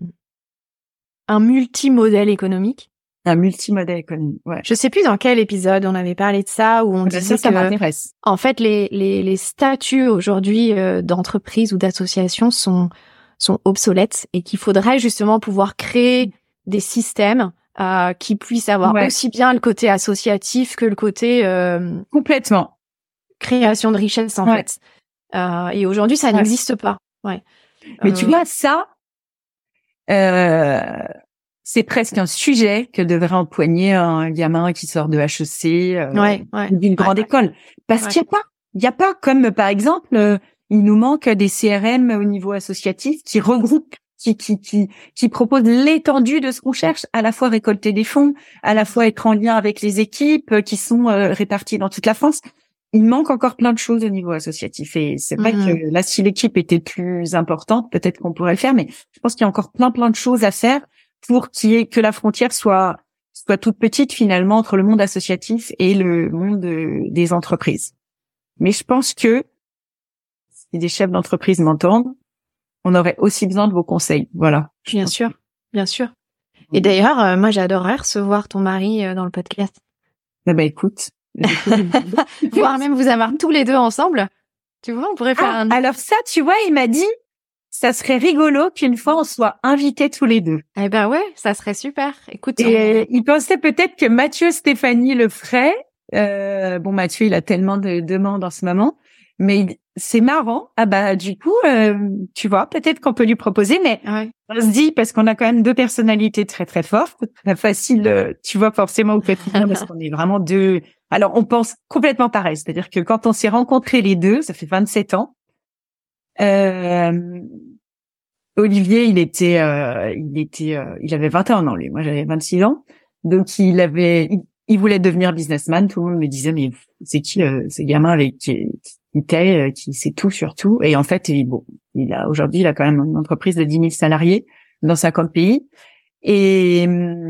A: un multimodèle économique.
B: Un multimodèle économique, ouais.
A: Je sais plus dans quel épisode on avait parlé de ça, où on
B: ben
A: disait
B: ça, ça
A: que,
B: m'intéresse.
A: en fait, les les les statuts aujourd'hui euh, d'entreprise ou d'association sont sont obsolètes et qu'il faudrait justement pouvoir créer des systèmes euh, qui puissent avoir ouais. aussi bien le côté associatif que le côté euh,
B: complètement
A: création de richesse en ouais. fait. Euh, et aujourd'hui, ça ouais. n'existe pas. Ouais.
B: Mais
A: euh...
B: tu vois ça. Euh... C'est presque un sujet que devrait empoigner un gamin qui sort de H E C, euh,
A: ouais, ouais,
B: d'une grande
A: ouais,
B: école. Parce
A: ouais.
B: qu'il y a pas, il y a pas comme par exemple, euh, il nous manque des C R M au niveau associatif qui regroupent, qui qui qui qui proposent l'étendue de ce qu'on cherche, à la fois récolter des fonds, à la fois être en lien avec les équipes qui sont euh, réparties dans toute la France. Il manque encore plein de choses au niveau associatif. Et c'est vrai mmh. que là, si l'équipe était plus importante, peut-être qu'on pourrait le faire, mais je pense qu'il y a encore plein plein de choses à faire pour qu'il y ait, que la frontière soit soit toute petite finalement entre le monde associatif et le monde de, des entreprises. Mais je pense que si des chefs d'entreprise m'entendent, on aurait aussi besoin de vos conseils. Voilà.
A: Bien sûr, bien sûr. Et d'ailleurs, euh, moi j'adorerais recevoir ton mari euh, dans le podcast.
B: Eh ben écoute,
A: voire même vous avoir tous les deux ensemble. Tu vois, on pourrait faire
B: ah,
A: un.
B: Alors ça, tu vois, il m'a dit. Ça serait rigolo qu'une fois on soit invités tous les deux.
A: Eh ben ouais, ça serait super. Écoute,
B: et on... il pensait peut-être que Mathieu Stéphanie le ferait. Euh, bon, Mathieu, il a tellement de demandes en ce moment, mais c'est marrant. Ah bah du coup, euh, tu vois, peut-être qu'on peut lui proposer, mais
A: Ouais.
B: on se dit parce qu'on a quand même deux personnalités très très fortes, pas facile, euh, tu vois forcément au quotidien parce qu'on est vraiment deux. Alors on pense complètement pareil, c'est-à-dire que quand on s'est rencontrés les deux, ça fait vingt-sept ans. Euh, Olivier, il était, euh, il était, euh, il avait vingt et un ans lui. Moi j'avais vingt-six ans, donc il avait, il, il voulait devenir businessman. Tout le monde me disait mais c'est qui euh, ce gamin avec qui qui t'est, qui sait tout sur tout. Et en fait, il, bon, il a aujourd'hui, il a quand même une entreprise de dix mille salariés dans cinquante pays. Et,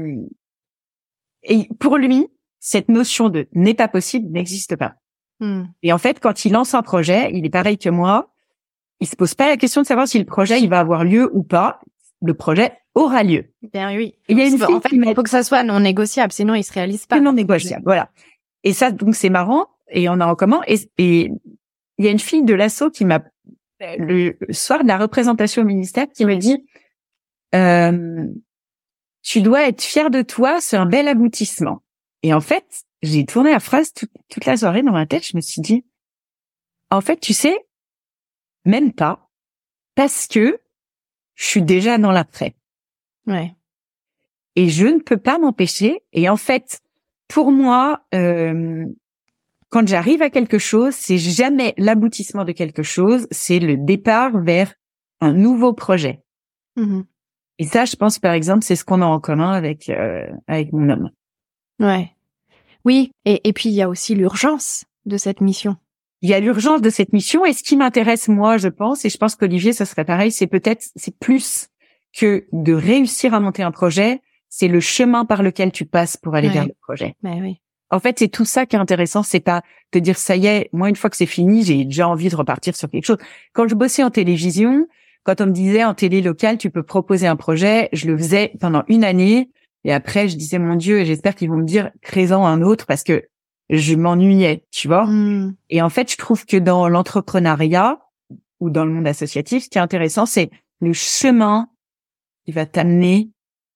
B: et pour lui, cette notion de n'est pas possible n'existe pas.
A: Mm.
B: Et en fait, quand il lance un projet, il est pareil que moi. Il se pose pas la question de savoir si le projet il va avoir lieu ou pas. Le projet aura lieu.
A: Ben oui.
B: Et il y a une fille
A: en fait,
B: qui
A: il
B: m'a
A: faut que ça soit non négociable, sinon il se réalise pas.
B: non négociable. Voilà. Et ça, donc c'est marrant. Et on a en commun. Et, et il y a une fille de l'asso qui m'a le soir de la représentation au ministère qui me dit euh, tu dois être fier de toi, c'est un bel aboutissement. Et en fait, j'ai tourné la phrase toute, toute la soirée dans ma tête. Je me suis dit en fait, tu sais, même pas, parce que je suis déjà dans l'après.
A: Ouais.
B: Et je ne peux pas m'empêcher. Et en fait, pour moi, euh, quand j'arrive à quelque chose, c'est jamais l'aboutissement de quelque chose, c'est le départ vers un nouveau projet.
A: Mm-hmm.
B: Et ça, je pense, par exemple, c'est ce qu'on a en commun avec euh, avec mon homme.
A: Ouais. Oui. Et, et puis il y a aussi l'urgence de cette mission.
B: Il y a l'urgence de cette mission. Et ce qui m'intéresse, moi, je pense, et je pense qu'Olivier, ça serait pareil, c'est peut-être, c'est plus que de réussir à monter un projet, c'est le chemin par lequel tu passes pour aller
A: Ouais.
B: vers le projet.
A: Ben oui.
B: En fait, c'est tout ça qui est intéressant, c'est pas te dire ça y est, moi une fois que c'est fini, j'ai déjà envie de repartir sur quelque chose. Quand je bossais en télévision, quand on me disait en télé locale, tu peux proposer un projet, je le faisais pendant une année et après je disais mon Dieu, j'espère qu'ils vont me dire crée-en un autre parce que je m'ennuyais, tu vois.
A: Mm.
B: Et en fait, je trouve que dans l'entrepreneuriat ou dans le monde associatif, ce qui est intéressant, c'est le chemin qui va t'amener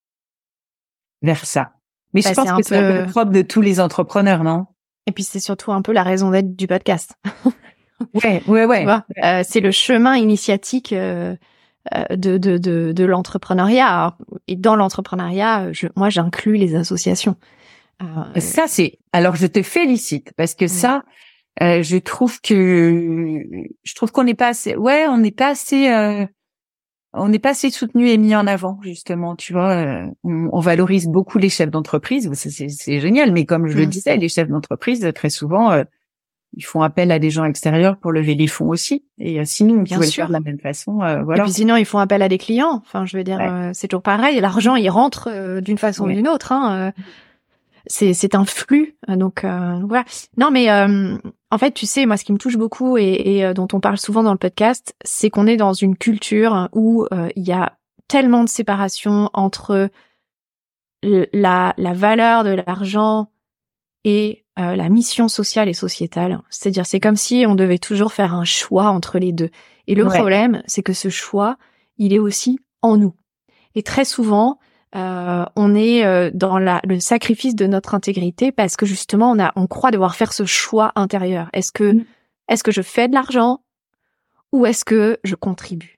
B: vers ça. Mais
A: Bah,
B: je pense
A: c'est un
B: que c'est un peu
A: peu-
B: le propre de tous les entrepreneurs, non?
A: Et puis c'est surtout un peu la raison d'être du podcast.
B: Ouais, ouais, ouais.
A: Tu vois, euh, c'est le chemin initiatique euh, euh, de de de, de l'entrepreneuriat. Alors, et dans l'entrepreneuriat, je, moi j'inclus les associations. Euh,
B: Ça, c'est... Alors, je te félicite parce que
A: Mm.
B: ça, euh, je trouve que... Je trouve qu'on n'est pas assez... Ouais, on n'est pas assez... Euh... On n'est pas assez soutenu et mis en avant, justement, tu vois. Euh, on, on valorise beaucoup les chefs d'entreprise, c'est, c'est, c'est génial, mais comme je le
A: Mm.
B: disais, les chefs d'entreprise, très souvent, euh, ils font appel à des gens extérieurs pour lever les fonds aussi. Et euh, sinon, on
A: Bien
B: pouvait le
A: sûr.
B: faire de la même façon, euh,
A: Et
B: voilà.
A: puis sinon, ils font appel à des clients. Enfin, je veux dire,
B: Ouais.
A: euh, c'est toujours pareil. L'argent, il rentre euh, d'une façon
B: Ouais.
A: ou d'une autre. Hein. Euh, c'est c'est un flux. Donc euh, voilà. Non, mais euh, en fait, tu sais, moi, ce qui me touche beaucoup et, et euh, dont on parle souvent dans le podcast, c'est qu'on est dans une culture où euh, il y a tellement de séparation entre le- la la valeur de l'argent et euh, la mission sociale et sociétale. C'est-à-dire, c'est comme si on devait toujours faire un choix entre les deux. Et le
B: Ouais.
A: problème, c'est que ce choix, il est aussi en nous. Et très souvent, euh, on est euh, dans la, le sacrifice de notre intégrité parce que justement, on a, on croit devoir faire ce choix intérieur. Est-ce que,
B: Mm.
A: est-ce que je fais de l'argent ou est-ce que je contribue?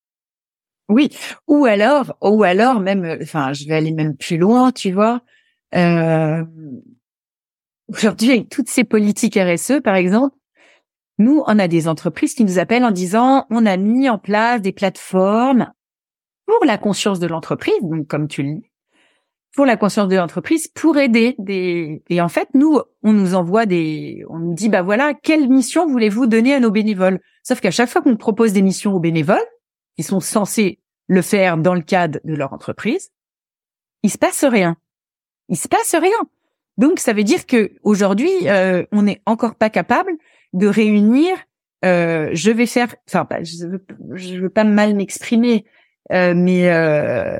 B: Oui, ou alors, ou alors même, euh, enfin, je vais aller même plus loin, tu vois. Euh, aujourd'hui, avec toutes ces politiques R S E, par exemple, nous, on a des entreprises qui nous appellent en disant, on a mis en place des plateformes pour la conscience de l'entreprise, donc comme tu le dis, pour la conscience de l'entreprise, pour aider des. Et en fait, nous, on nous envoie des, on nous dit, bah voilà, quelle mission voulez-vous donner à nos bénévoles? Sauf qu'à chaque fois qu'on propose des missions aux bénévoles, qui sont censés le faire dans le cadre de leur entreprise, il se passe rien. Il se passe rien. Donc, ça veut dire que aujourd'hui, euh, on n'est encore pas capable de réunir. Euh, je vais faire, enfin, pas, je veux, je veux pas mal m'exprimer, euh, mais euh,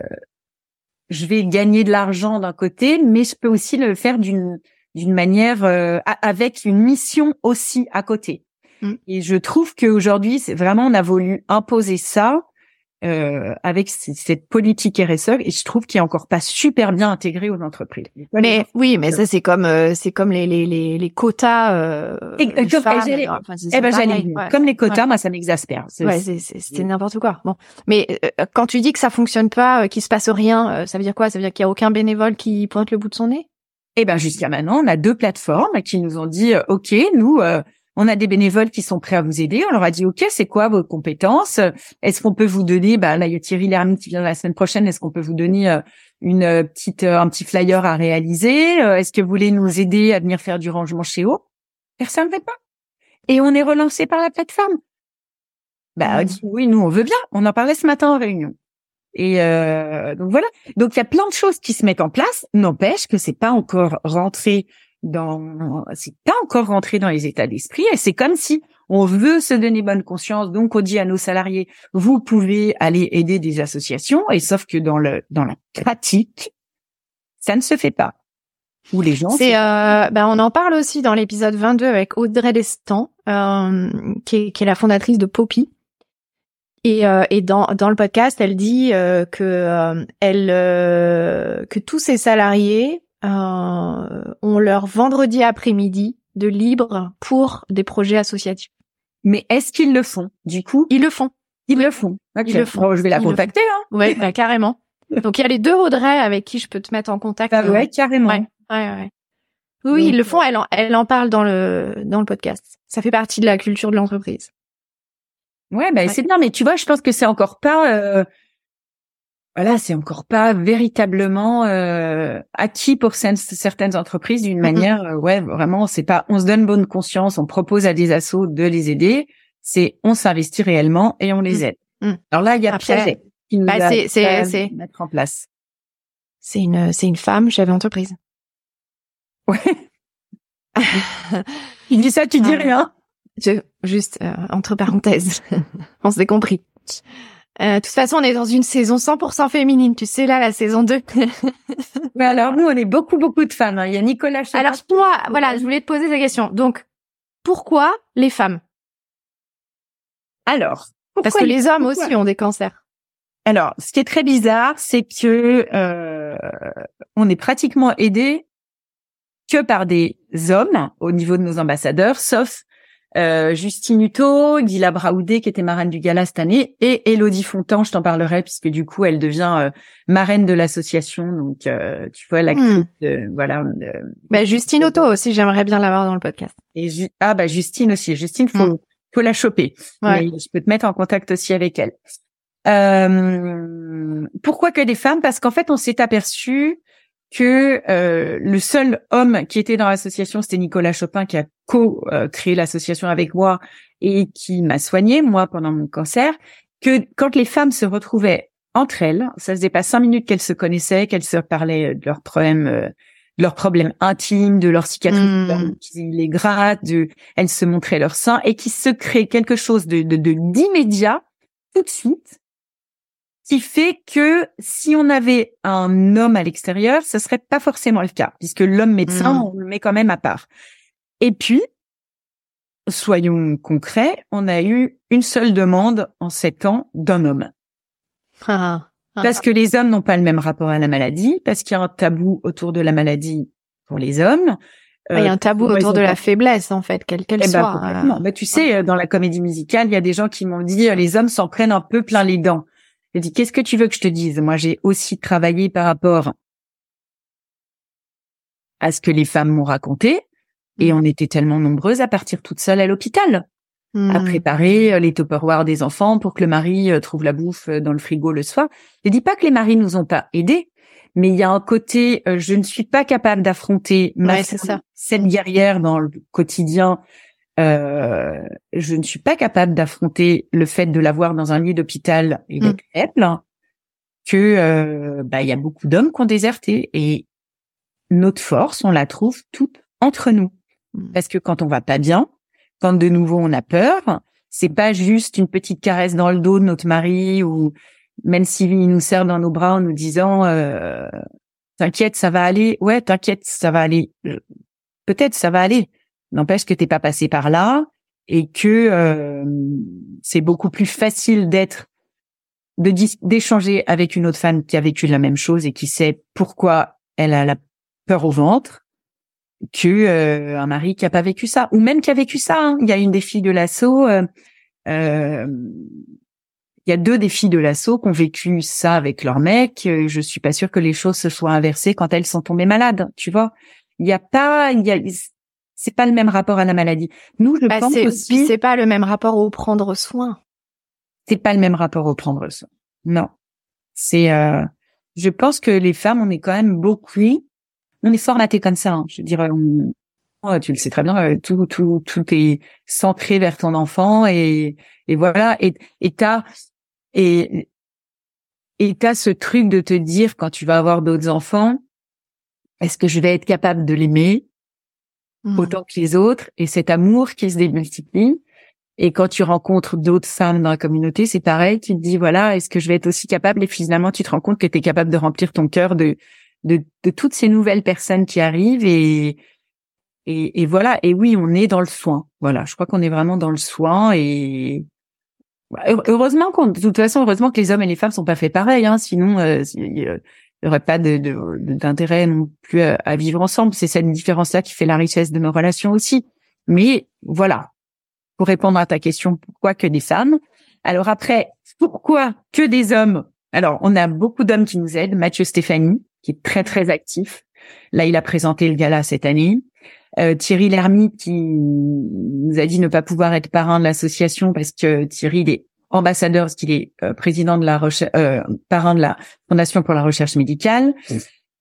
B: je vais gagner de l'argent d'un côté, mais je peux aussi le faire d'une d'une manière euh, avec une mission aussi à côté.
A: Mm.
B: Et je trouve qu'aujourd'hui, c'est vraiment, on a voulu imposer ça. euh, avec c- cette politique R S E, et je trouve qu'il est encore pas super bien intégré aux entreprises.
A: Mais oui, mais ça c'est comme euh, c'est comme les les les, les quotas. Euh,
B: Et,
A: des
B: comme,
A: femmes,
B: et j'allais-
A: alors, enfin, c'est-
B: eh
A: c'est
B: ben j'allais
A: pareil,
B: venir.
A: ouais.
B: Comme les quotas,
A: Ouais.
B: moi ça m'exaspère. C'est-
A: Ouais, c'est, c'est, c'était n'importe quoi. Bon, mais euh, quand tu dis que ça fonctionne pas, euh, qu'il se passe rien, euh, ça veut dire quoi? Ça veut dire qu'il y a aucun bénévole qui pointe le bout de son nez?
B: Eh ben jusqu'à maintenant, on a deux plateformes qui nous ont dit euh, OK, nous euh, on a des bénévoles qui sont prêts à vous aider. On leur a dit OK, c'est quoi vos compétences? Est-ce qu'on peut vous donner, bah là il y a Thierry Lhermitte qui vient la semaine prochaine. Est-ce qu'on peut vous donner euh, une euh, petite euh, un petit flyer à réaliser? Euh, Est-ce que vous voulez nous aider à venir faire du rangement chez eux? Personne ne fait pas. Et on est relancé par la plateforme. Bah
A: Mmh.
B: dit, oui, nous on veut bien. On en parlait ce matin en réunion. Et euh, donc voilà. Donc il y a plein de choses qui se mettent en place. N'empêche que c'est pas encore rentré dans, c'est pas encore rentré dans les états d'esprit. Et c'est comme si on veut se donner bonne conscience. Donc on dit à nos salariés, vous pouvez aller aider des associations. Et sauf que dans le dans la pratique, ça ne se fait pas. Ou les gens.
A: C'est, euh, ben on en parle aussi dans l'épisode vingt-deux avec Audrey Destan, euh, qui est, qui est la fondatrice de Poppy. Et, euh, et dans, dans le podcast, elle dit euh, que euh, elle euh, que tous ses salariés euh, ont leur vendredi après-midi de libre pour des projets associatifs.
B: Mais est-ce qu'ils le font? Du coup,
A: Ils le font.
B: ils le font. Okay.
A: Ils le font.
B: Bon, je vais la
A: Ils le
B: contacter. Hein.
A: Ouais, bah, carrément. Donc il y a les deux Audrey avec qui je peux te mettre en contact.
B: Ah ouais, carrément.
A: Ouais, ouais, ouais. Oui, oui, ils le font. Elle en, elle en parle dans le dans le podcast. Ça fait partie de la culture de l'entreprise.
B: Ouais, ben bah, ouais. C'est bien, mais tu vois, je pense que c'est encore pas, euh, voilà, c'est encore pas véritablement euh, acquis pour certaines entreprises d'une mm-hmm. manière, euh, ouais, vraiment, c'est pas, on se donne bonne conscience, on propose à des assos de les aider, c'est on s'investit réellement et on les aide. Mm-hmm. Alors là, il y a Piaget qui nous
A: bah,
B: a
A: c'est, c'est, c'est
B: mettre en place.
A: C'est une, c'est une femme chef d'entreprise.
B: Ouais. Il dit ça, tu dis ah. rien.
A: Je, juste euh, entre parenthèses, on s'est compris. Euh, de toute façon, on est dans une saison cent pour cent féminine, tu sais, là, la saison deux.
B: Mais alors, nous, on est beaucoup, beaucoup de femmes. Hein. Il y a Nicolas Chapin.
A: Alors, moi, voilà, je voulais te poser cette question. Donc, pourquoi les femmes?
B: Alors,
A: parce que les hommes pourquoi? Aussi ont des cancers.
B: Alors, ce qui est très bizarre, c'est que euh, on est pratiquement aidé que par des hommes au niveau de nos ambassadeurs, sauf Euh, Justine Hutto, Gila Braoudé qui était marraine du gala cette année, et Élodie Fontan, je t'en parlerai puisque du coup elle devient euh, marraine de l'association, donc euh, tu vois l'actrice, mmh. de, voilà. De,
A: bah Justine Hutto aussi, j'aimerais bien l'avoir dans le podcast.
B: Et ju- ah bah Justine aussi, Justine faut mmh. faut la choper, ouais. Mais je peux te mettre en contact aussi avec elle. Euh, pourquoi que des femmes? Parce qu'en fait on s'est aperçu que euh, le seul homme qui était dans l'association, c'était Nicolas Chopin, qui a co-créé l'association avec moi et qui m'a soignée, moi, pendant mon cancer, que quand les femmes se retrouvaient entre elles, ça faisait pas cinq minutes qu'elles se connaissaient, qu'elles se parlaient de leurs problèmes, euh, de leurs problèmes intimes, de leurs cicatrices, mmh. qui les grattent, de, elles se montraient leurs seins, et qui se crée quelque chose de, de, de d'immédiat, tout de suite, qui fait que si on avait un homme à l'extérieur, ce serait pas forcément le cas, puisque l'homme médecin, mmh. on le met quand même à part. Et puis, soyons concrets, on a eu une seule demande en sept ans d'un homme.
A: Ah, ah,
B: parce que les hommes n'ont pas le même rapport à la maladie, parce qu'il y a un tabou autour de la maladie pour les hommes.
A: Il y a un tabou euh, autour de la pas... faiblesse, en fait, quelle qu'elle
B: eh
A: soit.
B: Ben, complètement. Euh... Bah, tu sais, dans la comédie musicale, il y a des gens qui m'ont dit « les hommes s'en prennent un peu plein les dents ». J'ai dit, qu'est-ce que tu veux que je te dise? Moi, j'ai aussi travaillé par rapport à ce que les femmes m'ont raconté. Et on était tellement nombreuses à partir toutes seules à l'hôpital, mmh. à préparer les Tupperware des enfants pour que le mari trouve la bouffe dans le frigo le soir. Je dis pas que les maris nous ont pas aidés, mais il y a un côté, euh, je ne suis pas capable d'affronter ma
A: ouais, c'est ça.
B: cette guerrière dans le quotidien. Euh, je ne suis pas capable d'affronter le fait de l'avoir dans un lit d'hôpital et d'être faible, mmh. que euh, bah il y a beaucoup d'hommes qui ont déserté, et notre force, on la trouve toute entre nous. Mmh. Parce que quand on va pas bien, quand de nouveau on a peur, c'est pas juste une petite caresse dans le dos de notre mari, ou même s'il nous serre dans nos bras en nous disant euh, t'inquiète, ça va aller. Ouais, t'inquiète, ça va aller. Peut-être ça va aller. N'empêche que t'es pas passé par là, et que euh, c'est beaucoup plus facile d'être de dis- d'échanger avec une autre femme qui a vécu la même chose et qui sait pourquoi elle a la peur au ventre, que euh, un mari qui a pas vécu ça, ou même qui a vécu ça. Hein. Il y a une des filles de l'assaut, euh, euh, il y a deux des filles de l'assaut qui ont vécu ça avec leur mec. Euh, Je suis pas sûre que les choses se soient inversées quand elles sont tombées malades. Tu vois, il y a pas, il y a, c'est pas le même rapport à la maladie. Nous, je
A: bah,
B: pense
A: c'est,
B: aussi,
A: c'est pas le même rapport au prendre soin.
B: c'est pas le même rapport au prendre soin. Non, c'est, euh, je pense que les femmes, on est quand même beaucoup, on est formaté comme ça. Hein. Je veux dire, on, oh, tu le sais très bien, euh, tout, tout, tout est centré vers ton enfant et, et voilà. Et, et t'as, et, et t'as ce truc de te dire quand tu vas avoir d'autres enfants, est-ce que je vais être capable de l'aimer
A: Mmh.
B: autant que les autres? Et cet amour qui se démultiplie. Et quand tu rencontres d'autres femmes dans la communauté, c'est pareil. Tu te dis, voilà, est-ce que je vais être aussi capable? Et finalement, tu te rends compte que tu es capable de remplir ton cœur de, de, de toutes ces nouvelles personnes qui arrivent. Et, et, et voilà. Et oui, on est dans le soin. Voilà. Je crois qu'on est vraiment dans le soin. Et heureusement qu'on, de toute façon, heureusement que les hommes et les femmes sont pas faits pareil. Hein, sinon, euh, il y aurait pas de, de, d'intérêt non plus à, à vivre ensemble. C'est cette différence-là qui fait la richesse de nos relations aussi. Mais voilà. Pour répondre à ta question, pourquoi que des femmes? Alors après, pourquoi que des hommes? Alors, on a beaucoup d'hommes qui nous aident. Mathieu Stéphanie, qui est très, très actif. Là, il a présenté le gala cette année. Euh, Thierry Lhermitte, qui nous a dit ne pas pouvoir être parrain de l'association parce que Thierry, il est ambassadeur, parce qu'il est euh, président de la recherche, euh, parrain de la Fondation pour la recherche médicale. Mmh.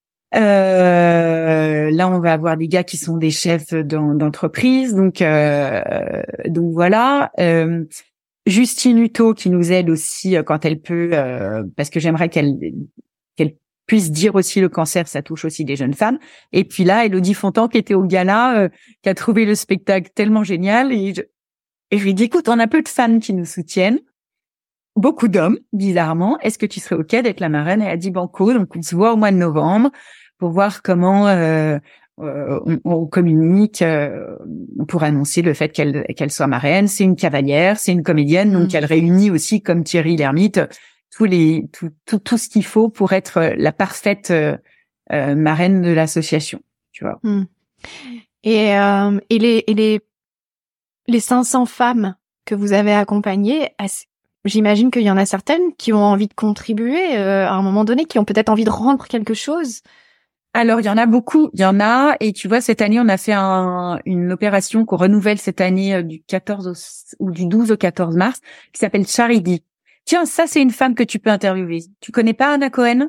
B: Euh, là, on va avoir des gars qui sont des chefs d'entreprise, donc euh, donc voilà. Euh, Justine Hutto qui nous aide aussi quand elle peut, euh, parce que j'aimerais qu'elle qu'elle puisse dire aussi le cancer, ça touche aussi des jeunes femmes. Et puis là, Élodie Fontan qui était au gala, euh, qui a trouvé le spectacle tellement génial, et je, et je lui dis, écoute, on a peu de femmes qui nous soutiennent. Beaucoup d'hommes, bizarrement. Est-ce que tu serais OK d'être la marraine? Elle a dit banco, donc on se voit au mois de novembre pour voir comment euh, euh, on, on communique euh, pour annoncer le fait qu'elle qu'elle soit marraine. C'est une cavalière, c'est une comédienne, donc mmh. elle réunit aussi, comme Thierry Lhermitte, tous les tout tout, tout ce qu'il faut pour être la parfaite euh, euh, marraine de l'association. Tu vois.
A: Mmh. Et euh, et les et les les cinq cents femmes que vous avez accompagnées. J'imagine qu'il y en a certaines qui ont envie de contribuer euh, à un moment donné, qui ont peut-être envie de rendre quelque chose.
B: Alors, il y en a beaucoup, il y en a. Et tu vois, cette année, on a fait un, une opération qu'on renouvelle cette année euh, du quatorze au, ou du douze au quatorze mars, qui s'appelle Charity. Tiens, ça, c'est une femme que tu peux interviewer. Tu connais pas Anna Cohen?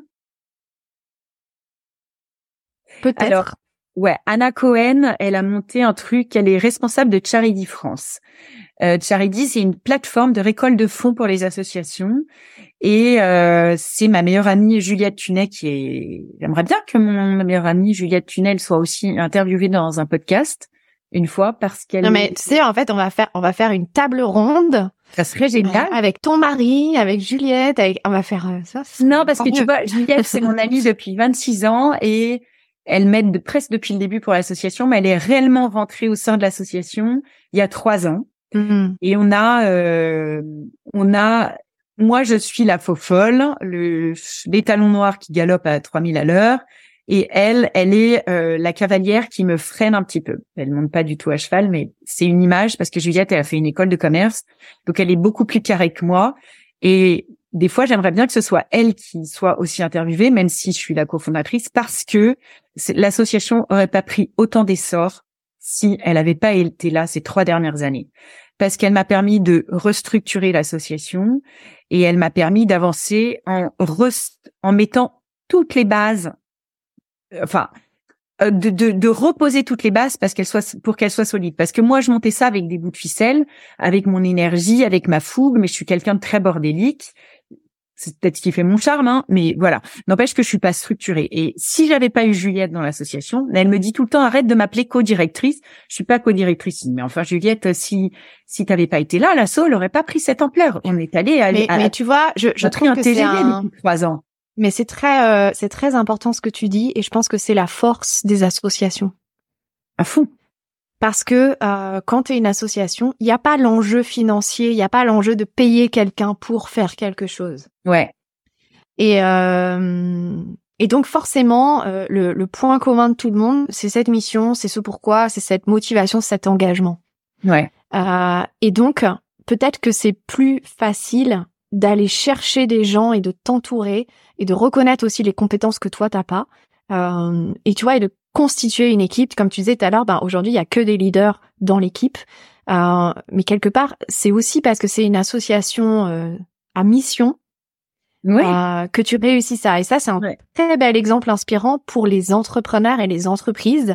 A: Peut-être.
B: Alors, ouais, Anna Cohen, elle a monté un truc, elle est responsable de Charity France. Euh, Charity, c'est une plateforme de récolte de fonds pour les associations. Et euh, c'est ma meilleure amie Juliette Tunet qui est... J'aimerais bien que mon ma meilleure amie Juliette Tunet soit aussi interviewée dans un podcast une fois parce qu'elle...
A: Non mais tu sais, en fait, on va faire on va faire une table ronde.
B: Ça serait génial.
A: Avec ton mari, avec Juliette, avec... on va faire euh, ça.
B: Non, parce que mieux. Tu vois, Juliette, c'est mon amie depuis vingt-six ans et elle m'aide de, presque depuis le début pour l'association, mais elle est réellement rentrée au sein de l'association il y a trois ans. Mmh. Et on a, euh, on a, moi je suis la faux folle, le, les talons noirs qui galopent à trois mille à l'heure, et elle, elle est euh, la cavalière qui me freine un petit peu. Elle monte pas du tout à cheval, mais c'est une image parce que Juliette, elle a fait une école de commerce, donc elle est beaucoup plus carrée que moi. Et des fois, j'aimerais bien que ce soit elle qui soit aussi interviewée, même si je suis la cofondatrice, parce que l'association aurait pas pris autant d'essor si elle avait pas été là ces trois dernières années. Parce qu'elle m'a permis de restructurer l'association et elle m'a permis d'avancer en, en mettant toutes les bases, enfin, de, de, de reposer toutes les bases parce qu'elles soient, pour qu'elles soient solides. Parce que moi, je montais ça avec des bouts de ficelle, avec mon énergie, avec ma fougue, mais je suis quelqu'un de très bordélique. C'est peut-être ce qui fait mon charme, hein, mais voilà. N'empêche que je suis pas structurée. Et si j'avais pas eu Juliette dans l'association, elle me dit tout le temps, arrête de m'appeler co-directrice. Je suis pas co-directrice. Mais enfin, Juliette, si, si t'avais pas été là, l'asso, elle aurait pas pris cette ampleur. On est allé à,
A: mais,
B: à,
A: mais tu vois, je, je trouve que c'est un...
B: depuis trois ans.
A: Mais c'est très, euh, c'est très important ce que tu dis, et je pense que c'est la force des associations.
B: À fond.
A: Parce que euh, quand tu es une association, il n'y a pas l'enjeu financier, il n'y a pas l'enjeu de payer quelqu'un pour faire quelque chose.
B: Ouais.
A: Et, euh, et donc forcément, euh, le, le point commun de tout le monde, c'est cette mission, c'est ce pourquoi, c'est cette motivation, cet engagement.
B: Ouais.
A: Euh, et donc, peut-être que c'est plus facile d'aller chercher des gens et de t'entourer et de reconnaître aussi les compétences que toi, t'as pas. Euh, et tu vois, et de constituer une équipe. Comme tu disais tout à l'heure, ben, aujourd'hui, il y a que des leaders dans l'équipe. Euh, mais quelque part, c'est aussi parce que c'est une association euh, à mission
B: Oui.
A: euh, que tu réussis ça. Et ça, c'est un
B: Ouais.
A: très bel exemple inspirant pour les entrepreneurs et les entreprises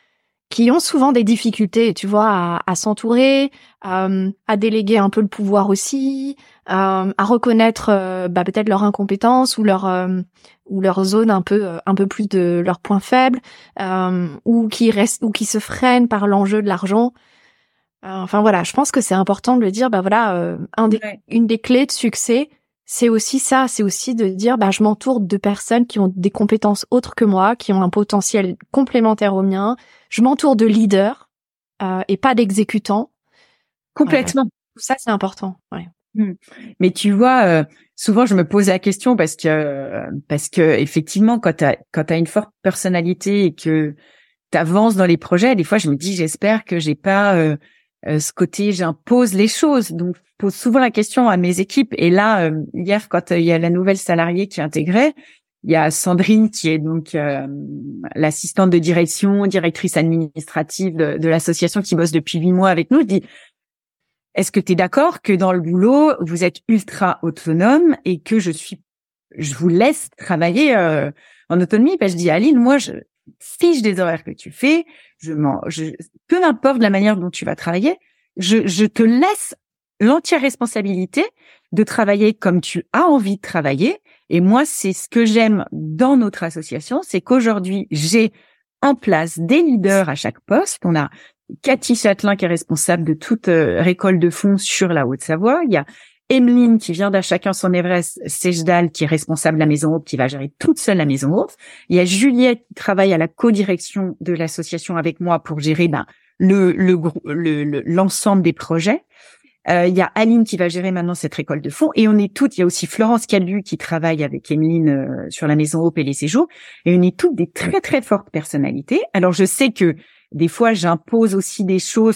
A: qui ont souvent des difficultés, tu vois, à, à s'entourer, euh, à déléguer un peu le pouvoir aussi, euh, à reconnaître euh, bah, peut-être leur incompétence ou leur euh, ou leur zone un peu euh, un peu plus de leurs points faibles, euh, ou qui restent ou qui se freinent par l'enjeu de l'argent. Euh, enfin voilà, je pense que c'est important de le dire. Bah voilà, euh, un des,
B: Ouais.
A: une des clés de succès, c'est aussi ça, c'est aussi de dire bah je m'entoure de personnes qui ont des compétences autres que moi, qui ont un potentiel complémentaire au mien. Je m'entoure de leaders euh, et pas d'exécutants.
B: Complètement.
A: Euh, tout ça, c'est important. Ouais.
B: Hmm. Mais tu vois, euh, souvent je me pose la question parce que euh, parce que effectivement, quand t'as quand t'as une forte personnalité et que t'avances dans les projets, des fois je me dis j'espère que j'ai pas euh, euh, ce côté j'impose les choses. Donc je pose souvent la question à mes équipes. Et là, euh, hier, quand euh, il y a la nouvelle salariée qui est intégrée, il y a Sandrine qui est donc euh, l'assistante de direction, directrice administrative de, de l'association qui bosse depuis huit mois avec nous. Je dis est-ce que tu es d'accord que dans le boulot, vous êtes ultra autonome et que je suis, je vous laisse travailler euh, en autonomie? Ben, je dis, Aline, moi, je fiche des horaires que tu fais, je m'en, je, peu importe la manière dont tu vas travailler, je, je te laisse l'entière responsabilité de travailler comme tu as envie de travailler. Et moi, c'est ce que j'aime dans notre association, c'est qu'aujourd'hui, j'ai en place des leaders à chaque poste. On a Cathy Châtelain qui est responsable de toute euh, récolte de fonds sur la Haute-Savoie. Il y a Emeline qui vient d'À Chacun son Everest, Sejdal qui est responsable de la Maison Haute, qui va gérer toute seule la Maison Haute. Il y a Juliette qui travaille à la co-direction de l'association avec moi pour gérer ben, le, le, le, le, l'ensemble des projets. Euh, il y a Aline qui va gérer maintenant cette récolte de fonds. Et on est toutes, il y a aussi Florence Calu qui travaille avec Emeline euh, sur la Maison Haute et les séjours. Et on est toutes des très très fortes personnalités. Alors je sais que des fois, j'impose aussi des choses,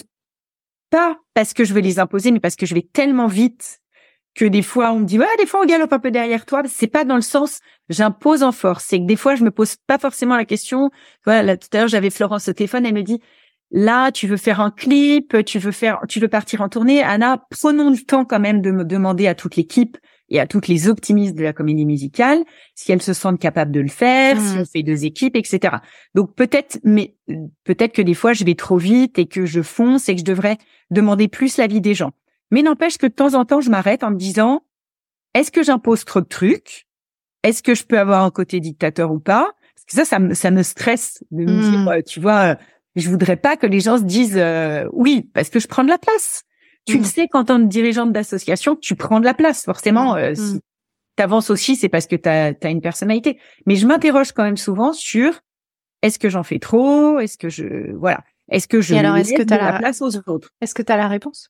B: pas parce que je veux les imposer, mais parce que je vais tellement vite que des fois, on me dit, ouais, des fois, on galope un peu derrière toi. C'est pas dans le sens, j'impose en force. C'est que des fois, je me pose pas forcément la question. Voilà, là, tout à l'heure, j'avais Florence au téléphone, elle me dit, là, tu veux faire un clip, tu veux faire, tu veux partir en tournée. Anna, prenons le temps quand même de me demander à toute l'équipe et à toutes les optimistes de la comédie musicale si elles se sentent capables de le faire, mmh. si on fait deux équipes, et cetera. Donc peut-être, mais peut-être que des fois je vais trop vite et que je fonce et que je devrais demander plus l'avis des gens. Mais n'empêche que de temps en temps je m'arrête en me disant est-ce que j'impose trop de trucs? Est-ce que je peux avoir un côté dictateur ou pas? Parce que ça, ça me, ça me stresse de me mmh. dire, tu vois, je voudrais pas que les gens se disent euh, oui parce que je prends de la place. Tu mmh. le sais, quand t'es dirigeante d'association, tu prends de la place. Forcément, euh, mmh. si t'avances aussi, c'est parce que t'as, t'as une personnalité. Mais je m'interroge quand même souvent sur est-ce que j'en fais trop? Est-ce que je, voilà, est-ce que je
A: Et alors, est-ce que t'as
B: de la...
A: la
B: place aux autres?
A: Est-ce que t'as la réponse?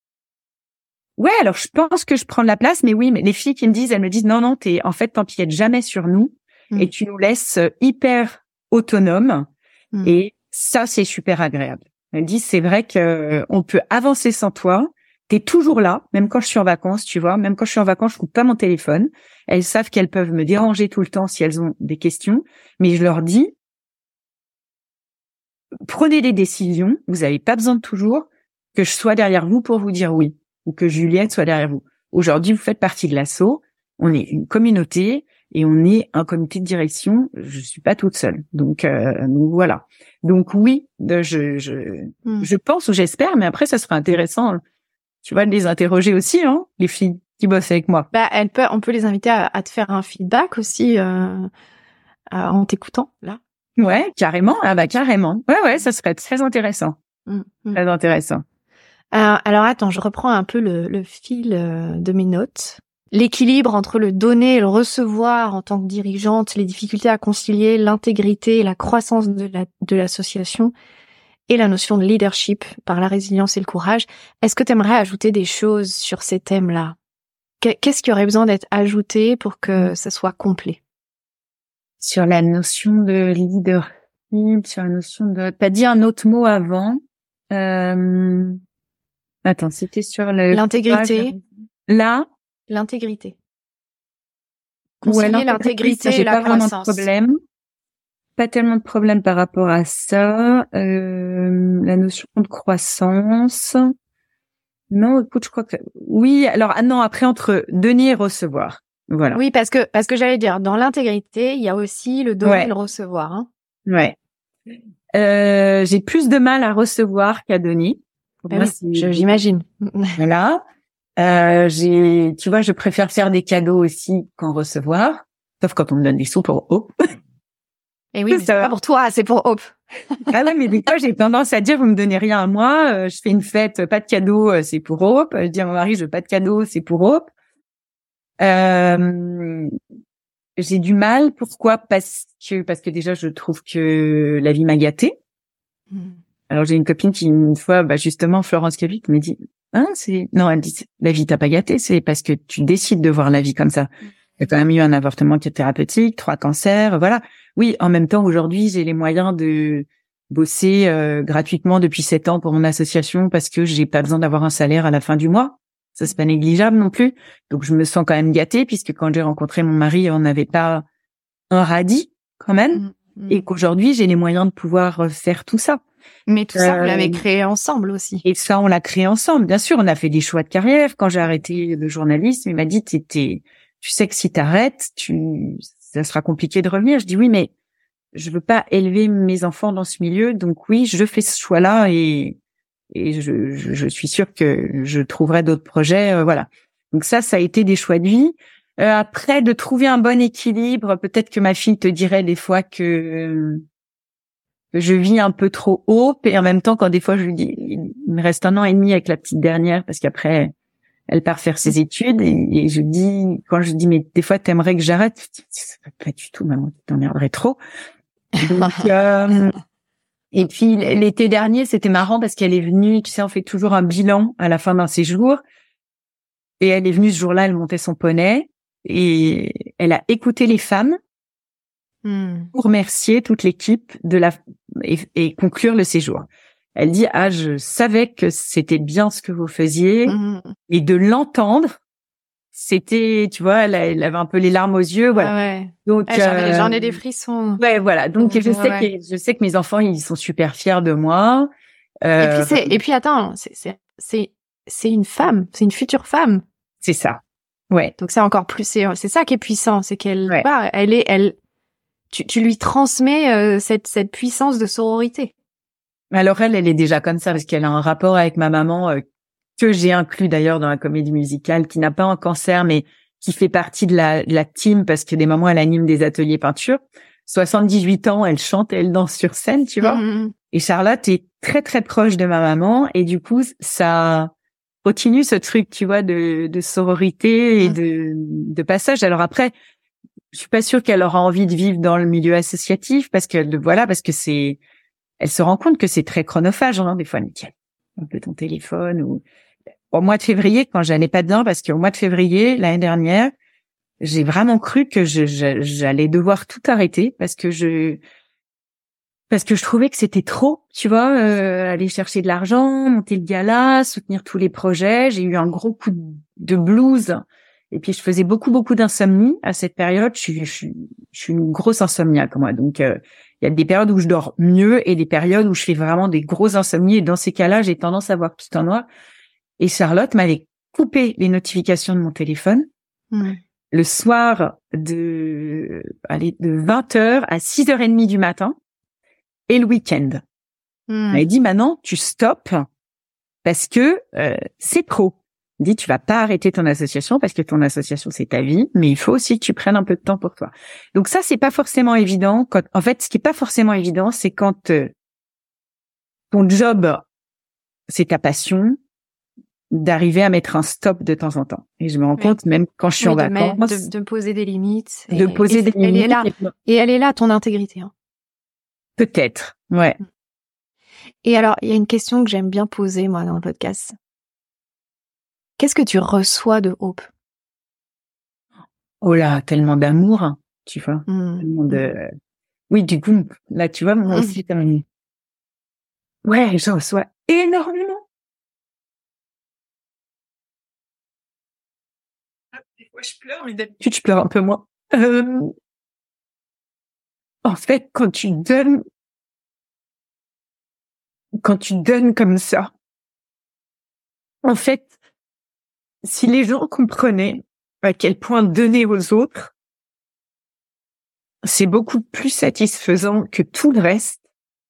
B: Ouais, alors je pense que je prends de la place, mais oui, mais les filles qui me disent, elles me disent non, non, t'es en fait t'empiètes jamais sur nous mmh. et tu nous laisses hyper autonomes mmh. et ça c'est super agréable. Elle dit, c'est vrai que on peut avancer sans toi. T'es toujours là, même quand je suis en vacances, tu vois. Même quand je suis en vacances, je coupe pas mon téléphone. Elles savent qu'elles peuvent me déranger tout le temps si elles ont des questions. Mais je leur dis, prenez des décisions. Vous n'avez pas besoin de toujours que je sois derrière vous pour vous dire oui. Ou que Juliette soit derrière vous. Aujourd'hui, vous faites partie de l'asso. On est une communauté et on est un comité de direction. Je suis pas toute seule. Donc, euh, donc voilà. Donc oui, je je mmh. je pense ou j'espère, mais après ça serait intéressant, tu vois, de les interroger aussi, hein, les filles qui bossent avec moi.
A: Bah, elles peuvent, on peut les inviter à, à te faire un feedback aussi euh, en t'écoutant là.
B: Ouais, carrément. Ah bah carrément. Ouais ouais, ça serait très intéressant. Mmh. Très intéressant.
A: Euh, alors attends, je reprends un peu le, le fil euh, de mes notes. L'équilibre entre le donner et le recevoir en tant que dirigeante, les difficultés à concilier l'intégrité et la croissance de la, de l'association et la notion de leadership par la résilience et le courage. Est-ce que tu aimerais ajouter des choses sur ces thèmes-là? Qu'est-ce qui aurait besoin d'être ajouté pour que ça soit complet?
B: Sur la notion de leadership, sur la notion de... T'as dit un autre mot avant. Euh... Attends, c'était sur le...
A: L'intégrité.
B: Là.
A: L'intégrité.
B: Concilier
A: ouais, l'intégrité et la
B: pas
A: croissance.
B: Vraiment de problème. Pas tellement de problème par rapport à ça. Euh, la notion de croissance. Non, écoute, je crois que oui. Alors, ah non, après entre donner et recevoir. Voilà.
A: Oui, parce que parce que j'allais dire, dans l'intégrité, il y a aussi le donner ouais. et le recevoir. Hein.
B: Ouais. Euh, j'ai plus de mal à recevoir qu'à donner.
A: Pour moi, oui, je, j'imagine.
B: Voilà. Euh, j'ai, tu vois, je préfère faire des cadeaux aussi qu'en recevoir, sauf quand on me donne des sous pour Hope.
A: Et oui, mais c'est pas pour toi, c'est pour Hope.
B: Ah ouais, mais des fois, j'ai tendance à dire, vous me donnez rien à moi, euh, je fais une fête, pas de cadeau, euh, c'est pour Hope. Je dis à mon mari, je veux pas de cadeau, c'est pour Hope. Euh, j'ai du mal. Pourquoi? Parce que, parce que déjà, je trouve que la vie m'a gâtée. Mm. Alors, j'ai une copine qui, une fois, bah, justement, Florence Cavic, me dit, hein, c'est, non, elle dit, la vie t'a pas gâtée, c'est parce que tu décides de voir la vie comme ça. Il y a quand même eu un avortement qui est thérapeutique, trois cancers, voilà. Oui, en même temps, aujourd'hui, j'ai les moyens de bosser euh, gratuitement depuis sept ans pour mon association parce que j'ai pas besoin d'avoir un salaire à la fin du mois. Ça, c'est pas négligeable non plus. Donc, je me sens quand même gâtée puisque quand j'ai rencontré mon mari, on n'avait pas un radis quand même. Mmh, mmh. Et qu'aujourd'hui, j'ai les moyens de pouvoir faire tout ça.
A: Mais tout ça, euh, vous l'avez créé ensemble aussi.
B: Et ça, on l'a créé ensemble. Bien sûr, on a fait des choix de carrière. Quand j'ai arrêté le journalisme, il m'a dit, t'étais, tu sais que si t'arrêtes, tu, ça sera compliqué de revenir. Je dis oui, mais je veux pas élever mes enfants dans ce milieu. Donc oui, je fais ce choix-là et, et je, je, je suis sûre que je trouverai d'autres projets. Euh, voilà. Donc ça, ça a été des choix de vie. Euh, après, de trouver un bon équilibre, peut-être que ma fille te dirait des fois que, euh, je vis un peu trop haut, et en même temps, quand des fois je lui dis, il me reste un an et demi avec la petite dernière, parce qu'après, elle part faire ses études, et, et je dis, quand je dis, mais des fois, t'aimerais que j'arrête? Je dis, pas du tout, maman, tu t'emmerderais trop. Donc, euh, et puis, l'été dernier, c'était marrant parce qu'elle est venue, tu sais, on fait toujours un bilan à la fin d'un séjour, et elle est venue ce jour-là, elle montait son poney, et elle a écouté les femmes, Hmm. pour remercier toute l'équipe de la et, et conclure le séjour. Elle dit ah je savais que c'était bien ce que vous faisiez hmm. et de l'entendre c'était tu vois elle, elle avait un peu les larmes aux yeux voilà.
A: Ah ouais.
B: Donc
A: ouais, j'en, ai, j'en ai des frissons.
B: Ouais voilà donc
A: mmh,
B: je sais
A: ouais.
B: que je sais que mes enfants ils sont super fiers de moi.
A: Euh... Et puis c'est et puis attends c'est c'est c'est c'est une femme c'est une future femme.
B: C'est ça. Ouais.
A: Donc c'est encore plus c'est c'est ça qui est puissant c'est qu'elle ouais. bah, elle est elle Tu, tu lui transmets euh, cette, cette puissance de sororité.
B: Alors elle, elle est déjà comme ça parce qu'elle a un rapport avec ma maman euh, que j'ai inclus d'ailleurs dans la comédie musicale, qui n'a pas un cancer mais qui fait partie de la, de la team parce que des moments elle anime des ateliers peinture. soixante-dix-huit ans, elle chante et elle danse sur scène, tu vois. Mm-hmm. Et Charlotte est très très proche de ma maman et du coup ça continue ce truc, tu vois, de, de sororité et mm-hmm. de, de passage. Alors après. Je suis pas sûre qu'elle aura envie de vivre dans le milieu associatif parce que voilà parce que c'est elle se rend compte que c'est très chronophage hein, des fois elle me dit un peu ton téléphone ou au mois de février quand j'allais pas dedans parce qu'au mois de février l'année dernière j'ai vraiment cru que je, je j'allais devoir tout arrêter parce que je parce que je trouvais que c'était trop tu vois euh, aller chercher de l'argent monter le gala soutenir tous les projets j'ai eu un gros coup de blues. Et puis, je faisais beaucoup, beaucoup d'insomnie à cette période. Je suis, je suis, je suis une grosse insomniaque, moi. Donc, il euh, y a des périodes où je dors mieux et des périodes où je fais vraiment des grosses insomnies. Et dans ces cas-là, j'ai tendance à voir tout en noir. Et Charlotte m'avait coupé les notifications de mon téléphone mmh. le soir de, allez, de vingt heures à six heures trente du matin et le week-end. Mmh. Elle m'a dit, maintenant, tu stoppes parce que euh, c'est trop. Dit tu vas pas arrêter ton association parce que ton association c'est ta vie, mais il faut aussi que tu prennes un peu de temps pour toi. Donc ça c'est pas forcément évident. Quand, en fait, ce qui est pas forcément évident, c'est quand euh, ton job c'est ta passion, d'arriver à mettre un stop de temps en temps. Et je me rends oui. compte même quand je suis oui, en
A: de
B: vacances,
A: mettre, de, de poser des limites,
B: de
A: et,
B: poser
A: et,
B: des
A: elle
B: limites.
A: Est là. Et elle est là ton intégrité. Hein.
B: Peut-être, ouais.
A: Et alors, il y a une question que j'aime bien poser, moi, dans le podcast. Qu'est-ce que tu reçois de Hope?
B: Oh là, tellement d'amour, tu vois.
A: Mmh.
B: Tellement de...
A: Mmh.
B: Oui, du coup, là, tu vois, moi aussi, comme... Ouais, j'en reçois énormément. Des fois, je pleure, mais d'habitude, je pleure un peu moins. Euh... En fait, quand tu donnes... Quand tu donnes comme ça, en fait, si les gens comprenaient à quel point donner aux autres, c'est beaucoup plus satisfaisant que tout le reste,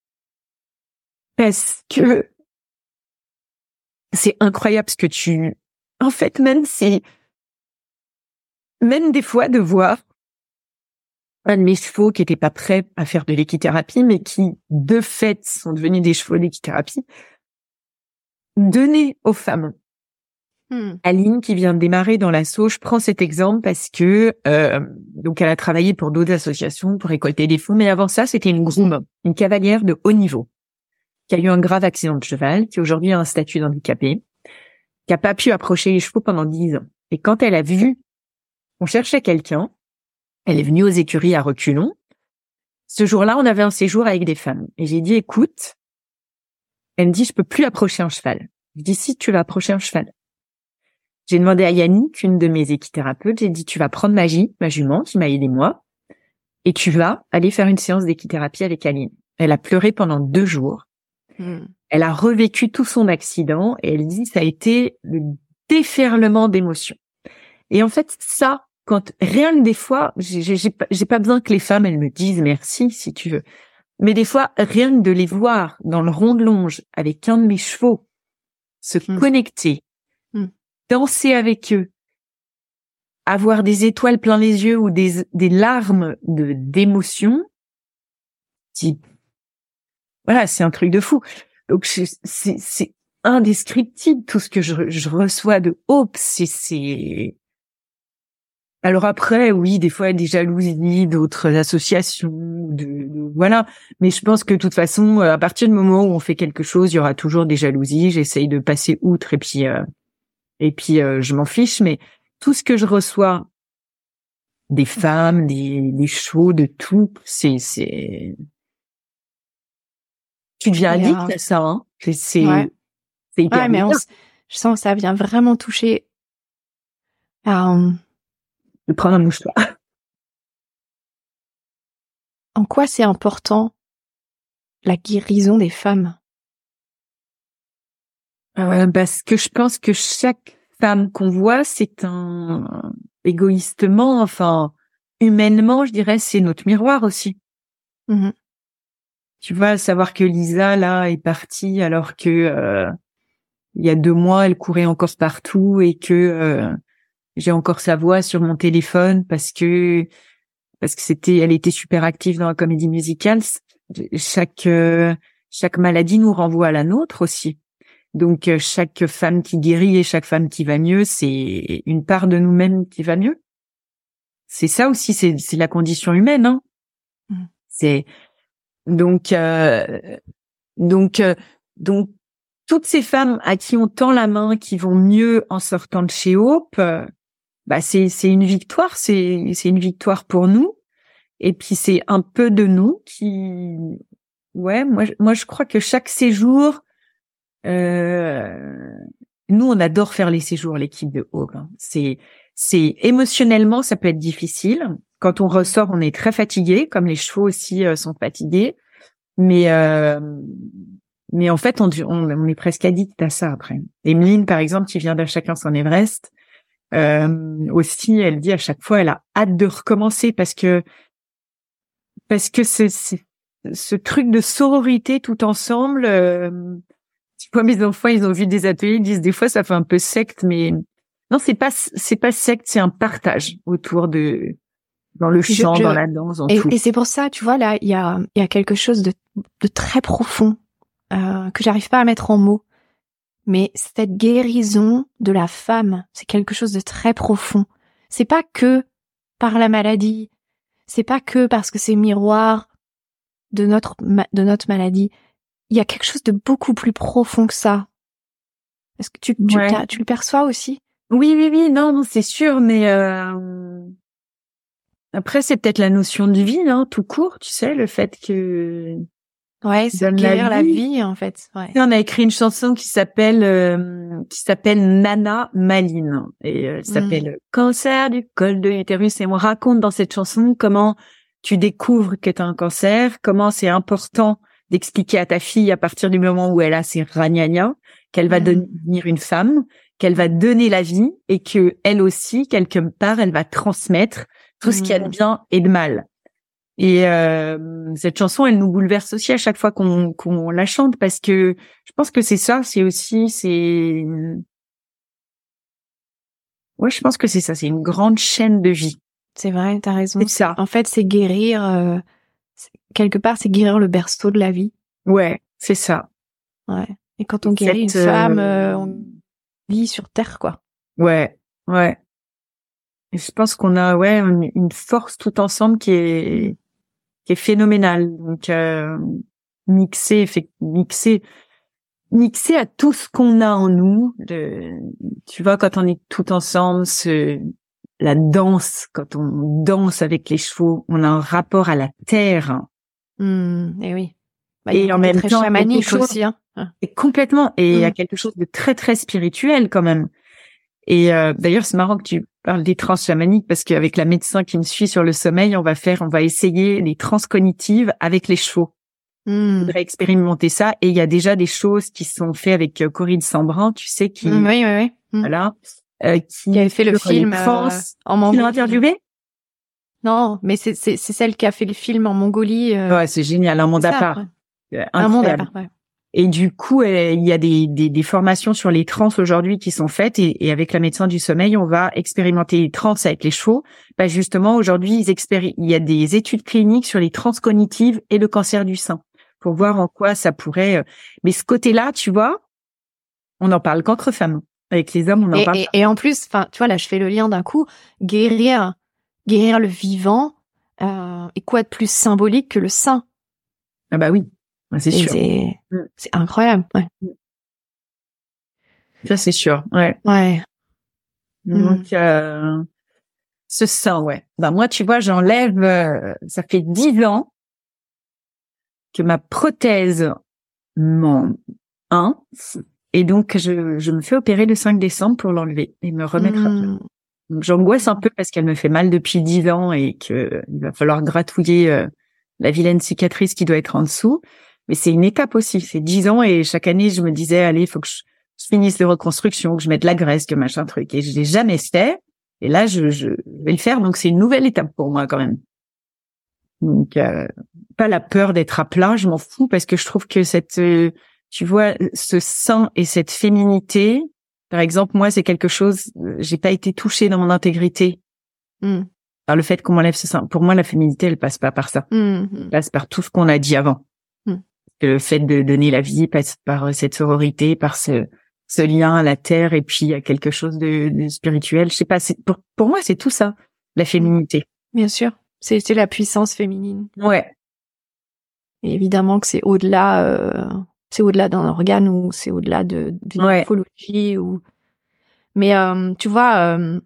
B: parce que c'est incroyable ce que tu... En fait, même si... Même des fois, de voir un de mes chevaux qui était pas prêt à faire de l'équithérapie, mais qui, de fait, sont devenus des chevaux d'équithérapie, donner aux femmes.
A: Mmh.
B: Aline, qui vient de démarrer dans l'assaut, je prends cet exemple parce que euh, donc elle a travaillé pour d'autres associations pour récolter des fonds, mais avant ça, c'était une groom, une cavalière de haut niveau, qui a eu un grave accident de cheval, qui aujourd'hui a un statut d'handicapé, qui a pas pu approcher les chevaux pendant dix ans. Et quand elle a vu qu'on cherchait quelqu'un, elle est venue aux écuries à reculons. Ce jour-là, on avait un séjour avec des femmes. Et j'ai dit, écoute, elle me dit, je peux plus approcher un cheval. Je dis, si, tu vas approcher un cheval. J'ai demandé à Yannick, une de mes équithérapeutes, j'ai dit, tu vas prendre Magie, ma jument, qui m'a aidé moi, et tu vas aller faire une séance d'équithérapie avec Aline. Elle a pleuré pendant deux jours.
A: Mmh.
B: Elle a revécu tout son accident et elle dit, ça a été le déferlement d'émotions. Et en fait, ça, quand rien que des fois, j'ai, j'ai, j'ai, pas, j'ai pas besoin que les femmes, elles me disent merci, si tu veux. Mais des fois, rien que de les voir dans le rond de longe avec un de mes chevaux, se
A: Mmh.
B: connecter,
A: Mmh.
B: danser avec eux, avoir des étoiles plein les yeux ou des, des larmes de, d'émotion, qui, voilà, c'est un truc de fou. Donc, je, c'est, c'est indescriptible tout ce que je, je reçois de Hope. C'est, c'est, alors après, oui, des fois, il y a des jalousies d'autres associations, de, de- voilà. Mais je pense que de toute façon, à partir du moment où on fait quelque chose, il y aura toujours des jalousies. J'essaye de passer outre et puis, euh, et puis, euh, je m'en fiche. Mais tout ce que je reçois des femmes, des, des chevaux, de tout, c'est, c'est, tu deviens
A: Et,
B: addict
A: euh,
B: à ça, hein. C'est, c'est,
A: ouais.
B: c'est hyper
A: Ouais, mais on,
B: bien.
A: s- je sens que ça vient vraiment toucher à, euh,
B: De prendre un mouchoir.
A: en quoi c'est important la guérison des femmes.
B: Euh, parce que je pense que chaque femme qu'on voit, c'est un égoïstement, enfin humainement, je dirais, c'est notre miroir aussi.
A: Mmh.
B: Tu vois, savoir que Lisa là est partie alors que euh, il y a deux mois, elle courait encore partout et que euh, j'ai encore sa voix sur mon téléphone parce que parce que c'était, elle était super active dans la comédie musicale. Chaque euh, chaque maladie nous renvoie à la nôtre aussi. Donc, euh, chaque femme qui guérit et chaque femme qui va mieux, c'est une part de nous-mêmes qui va mieux. C'est ça aussi, c'est, c'est la condition humaine, hein.
A: Mmh.
B: C'est donc euh, donc euh, donc toutes ces femmes à qui on tend la main, qui vont mieux en sortant de chez Hope, euh, bah c'est c'est une victoire, c'est c'est une victoire pour nous. Et puis c'est un peu de nous qui, ouais, moi je- moi je crois que chaque séjour. Euh, nous, on adore faire les séjours, l'équipe de Hope, hein. C'est, c'est émotionnellement, ça peut être difficile. Quand on ressort, on est très fatigué, comme les chevaux aussi euh, sont fatigués. Mais, euh, mais en fait, on, on, on est presque addict à ça après. Emeline, par exemple, qui vient d'À Chacun son Everest, euh, aussi, elle dit à chaque fois, elle a hâte de recommencer parce que parce que c'est, c'est ce truc de sororité tout ensemble. Euh, Tu vois, mes enfants, ils ont vu des ateliers, ils disent des fois ça fait un peu secte, mais non, c'est pas c'est pas secte, c'est un partage autour de dans le
A: Je,
B: chant,
A: je,
B: dans la danse, dans
A: et,
B: tout.
A: et c'est pour ça, tu vois, là, il y a, il y a quelque chose de, de très profond euh, que j'arrive pas à mettre en mots. Mais cette guérison de la femme, c'est quelque chose de très profond. C'est pas que par la maladie, c'est pas que parce que c'est miroir de notre ma- de notre maladie. il y a quelque chose de beaucoup plus profond que ça. Est-ce que tu, tu,
B: Ouais.
A: tu le perçois aussi?
B: Oui, oui, oui, non, non, c'est sûr, mais euh... après, c'est peut-être la notion de vie, hein, tout court, tu sais, le fait que
A: Ouais, c'est
B: donne
A: guérir
B: la
A: la
B: vie.
A: vie, en fait. Ouais.
B: On a écrit une chanson qui s'appelle euh, qui s'appelle Nana Maline et euh, elle s'appelle
A: Mm.
B: Cancer du col de l'utérus et on raconte dans cette chanson comment tu découvres que tu as un cancer, comment c'est important d'expliquer à ta fille à partir du moment où elle a ses ragnagnas qu'elle va
A: Mm.
B: devenir une femme, qu'elle va donner la vie et que elle aussi quelque part elle va transmettre tout ce qu'il y a de
A: Mm.
B: bien et de mal. Et euh, cette chanson, elle nous bouleverse aussi à chaque fois qu'on qu'on la chante parce que je pense que c'est ça, c'est aussi c'est ouais, je pense que c'est ça, c'est une grande chaîne de vie.
A: C'est vrai, t'as raison.
B: C'est
A: C'est,
B: ça.
A: en fait, c'est guérir, euh, c'est- quelque part, c'est guérir le berceau de la vie.
B: Ouais, c'est ça.
A: Ouais. Et quand on guérit
B: Cette
A: une femme,
B: euh,
A: euh, on vit sur Terre, quoi.
B: ouais, ouais. Et je pense qu'on a ouais une, une force tout ensemble qui est qui est phénoménale. Donc euh, mixé, fait mixé mixé à tout ce qu'on a en nous. De, tu vois, quand on est tout ensemble, ce, la danse, quand on danse avec les chevaux, on a un rapport à la terre.
A: Mm. Et oui. Bah, il y a un
B: Et en
A: côté
B: même
A: très
B: temps, quelque
A: chamanique
B: chose,
A: aussi, hein.
B: et complètement, et il y a
A: Mm.
B: quelque chose de très, très spirituel quand même. Et euh, d'ailleurs, c'est marrant que tu parles des trans chamaniques parce qu'avec la médecin qui me suit sur le sommeil, on va faire, on va essayer les trans cognitives avec les chevaux.
A: Mm.
B: Je voudrais expérimenter ça. Et il y a déjà des choses qui sont faites avec euh, Corinne Sambrin, tu sais, qui,
A: Mm, oui, oui, oui. Mm.
B: voilà, euh, qui,
A: Qui avait fait le
B: sur les
A: film
B: trans,
A: euh, en
B: tu l'as
A: Mongolie.
B: interviewée?
A: Non, mais c'est c'est c'est celle qui a fait le film en Mongolie. Euh,
B: Ouais, c'est génial, un monde
A: c'est
B: à
A: ça,
B: part.
A: ouais.
B: Euh,
A: Un monde à
B: incroyable.
A: part. Ouais.
B: Et du coup, euh, il y a des, des, des formations sur les trans aujourd'hui qui sont faites et, et avec la médecin du sommeil, on va expérimenter les trans avec les chevaux. Bah justement, aujourd'hui, ils expéri- il y a des études cliniques sur les trans cognitives et le cancer du sein pour voir en quoi ça pourrait. euh, Mais ce côté-là, tu vois, on n'en parle qu'entre femmes. Avec les hommes, on en
A: Et,
B: parle.
A: et, et en plus, enfin, tu vois, là, je fais le lien d'un coup. Guérir, guérir le vivant. Euh, et quoi de plus symbolique que le sein?
B: Ah bah oui, c'est
A: Et
B: sûr.
A: c'est
B: Mm.
A: c'est incroyable. Ouais.
B: Ça c'est sûr. Ouais.
A: Ouais.
B: Donc euh, ce sein, ouais. Bah moi, tu vois, j'enlève. euh, ça fait dix ans que ma prothèse m'en un. Et donc, je, je me fais opérer le cinq décembre pour l'enlever et me remettre à plat.
A: Mm.
B: Donc, j'angoisse un peu parce qu'elle me fait mal depuis dix ans et que il va falloir gratouiller euh, la vilaine cicatrice qui doit être en dessous. Mais c'est une étape aussi. C'est dix ans et chaque année, je me disais, allez, il faut que je, je finisse les reconstructions, que je mette la graisse, que machin truc. Et je l'ai jamais fait. Et là, je, je vais le faire. Donc, c'est une nouvelle étape pour moi quand même. Donc, euh, pas la peur d'être à plat, je m'en fous parce que je trouve que cette... Euh, tu vois, ce sein et cette féminité, par exemple, moi, c'est quelque chose, j'ai pas été touchée dans mon intégrité
A: Mm.
B: par le fait qu'on m'enlève ce sein. Pour moi, la féminité, elle passe pas par ça.
A: Mm.
B: Elle passe par tout ce qu'on a dit avant.
A: Mm.
B: Le fait de donner la vie passe par cette sororité, par ce, ce lien à la terre et puis à quelque chose de, de spirituel. Je sais pas, c'est, pour, pour moi, c'est tout ça, la féminité.
A: Bien sûr. C'est c'est la puissance féminine.
B: Ouais.
A: Et évidemment que c'est au-delà, euh, c'est au-delà d'un organe ou c'est au-delà de d'une
B: Ouais.
A: morphologie ou. Mais euh, tu vois, euh,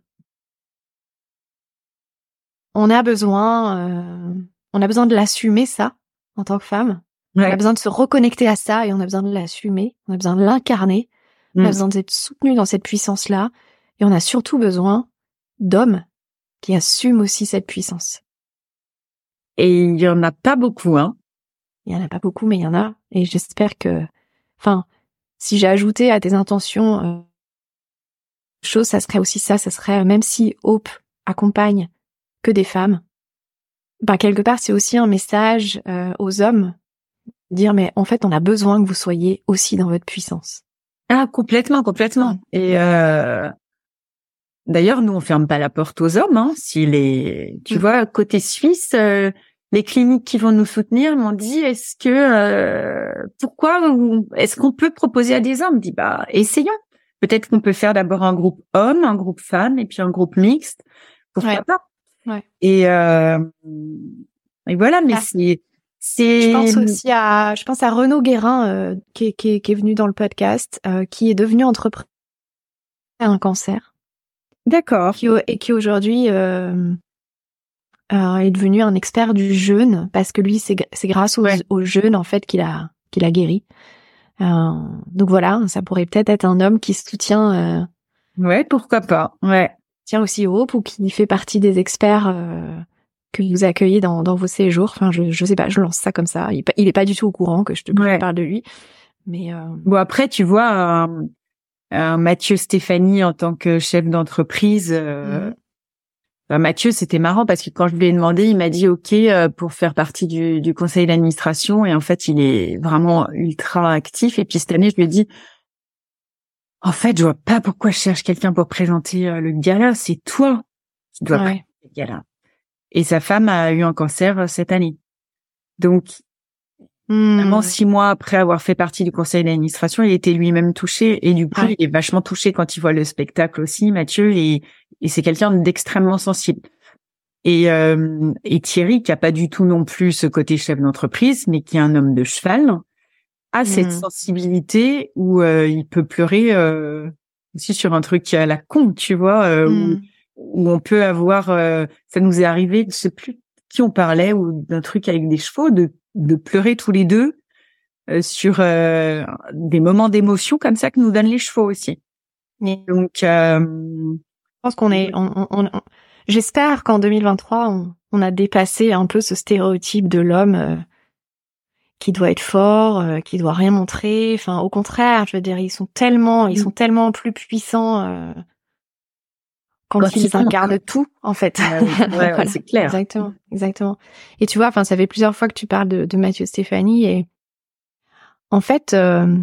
A: on a besoin, euh, on a besoin de l'assumer ça en tant que femme.
B: Ouais.
A: On a besoin de se reconnecter à ça et on a besoin de l'assumer. On a besoin de l'incarner.
B: Mm.
A: On a besoin d'être soutenu dans cette puissance-là. Et on a surtout besoin d'hommes qui assument aussi cette puissance.
B: Et il y en a pas beaucoup, hein.
A: Il y en a pas beaucoup, mais il y en a. Et j'espère que, enfin, si j'ai ajouté à tes intentions euh, chose, ça serait aussi ça. Ça serait, même si Hope accompagne que des femmes, ben quelque part, c'est aussi un message euh, aux hommes, dire, mais en fait, on a besoin que vous soyez aussi dans votre puissance.
B: Ah, complètement, complètement. Et euh, d'ailleurs, nous, on ferme pas la porte aux hommes. Hein, si les, tu
A: Mm.
B: vois, côté suisse, euh, les cliniques qui vont nous soutenir m'ont dit, est-ce que, euh, pourquoi, on- est-ce qu'on peut proposer à des hommes? Je dis, bah, essayons. Peut-être qu'on peut faire d'abord un groupe homme, un groupe femme, et puis un groupe mixte. Pourquoi
A: Ouais.
B: pas?
A: Ouais.
B: Et, euh, et voilà. Mais
A: Ah.
B: c'est, C'est...
A: Je pense aussi à, je pense à Renaud Guérin, euh, qui, est, qui, est, qui est venu dans le podcast, euh, qui est devenu entrepreneur à un cancer.
B: D'accord.
A: Qui, et qui aujourd'hui euh, euh, est devenu un expert du jeûne, parce que lui, c'est, c'est grâce au,
B: Ouais.
A: au jeûne, en fait, qu'il a, qu'il a guéri. Euh, donc voilà, ça pourrait peut-être être un homme qui soutient... Euh,
B: ouais, pourquoi pas. Ouais.
A: Tient aussi Hope, ou qui fait partie des experts euh, que vous accueillez dans, dans vos séjours. Enfin, je, je sais pas, je lance ça comme ça. Il, il est pas du tout au courant que je te
B: ouais.
A: parle de lui. Mais euh...
B: bon, après, tu vois, un, un Mathieu Stéphanie en tant que chef d'entreprise, euh, mm-hmm. ben Mathieu, c'était marrant parce que quand je lui ai demandé, il m'a dit OK euh, pour faire partie du, du conseil d'administration. Et en fait, il est vraiment ultra actif. Et puis cette année, je lui ai dit, en fait, je vois pas pourquoi je cherche quelqu'un pour présenter euh, le gala. C'est toi qui dois ouais. présenter le gala. Et sa femme a eu un cancer euh, cette année. Donc, mmh. vraiment six mois après avoir fait partie du conseil d'administration, il était lui-même touché. Et du coup, ouais. il est vachement touché quand il voit le spectacle aussi, Mathieu. Et, et c'est quelqu'un d'extrêmement sensible. Et, euh, et Thierry, qui a pas du tout non plus ce côté chef d'entreprise, mais qui est un homme de cheval, a mmh. cette sensibilité où euh, il peut pleurer euh, aussi sur un truc qui est à la con, tu vois, euh, mmh. où, où on peut avoir... Euh, ça nous est arrivé, je sais plus qui on parlait, ou d'un truc avec des chevaux, de, de pleurer tous les deux euh, sur euh, des moments d'émotion comme ça que nous donnent les chevaux aussi.
A: Mais
B: donc, euh,
A: je pense qu'on est... On, on, on, j'espère qu'en deux mille vingt-trois, on, on a dépassé un peu ce stéréotype de l'homme... Euh, qui doit être fort, euh, qui doit rien montrer. Enfin, au contraire, je veux dire, ils sont tellement, ils sont tellement plus puissants euh, quand, quand ils, ils incarnent tout, en fait.
B: Ouais, ouais, voilà, ouais, c'est clair.
A: Exactement, exactement. Et tu vois, enfin, ça fait plusieurs fois que tu parles de, de Mathieu Stéphanie, et en fait, euh,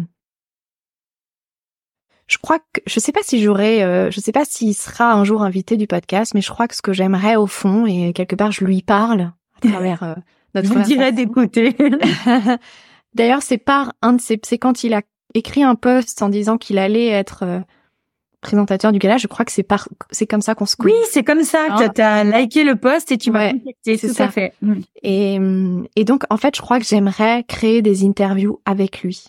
A: je crois que, je sais pas si j'aurais, euh, je sais pas s'il sera un jour invité du podcast, mais je crois que ce que j'aimerais au fond, et quelque part, je lui parle à travers. Euh,
B: Je vous dirais d'écouter.
A: D'ailleurs, c'est par un de ses, c'est quand il a écrit un post en disant qu'il allait être euh, présentateur du gala. Je crois que c'est par, c'est comme ça qu'on se connaît.
B: Oui, c'est comme ça que tu as liké le post et tu m'as
A: ouais,
B: contacté.
A: C'est
B: tout
A: ça.
B: à fait.
A: Et et donc en fait, je crois que j'aimerais créer des interviews avec lui.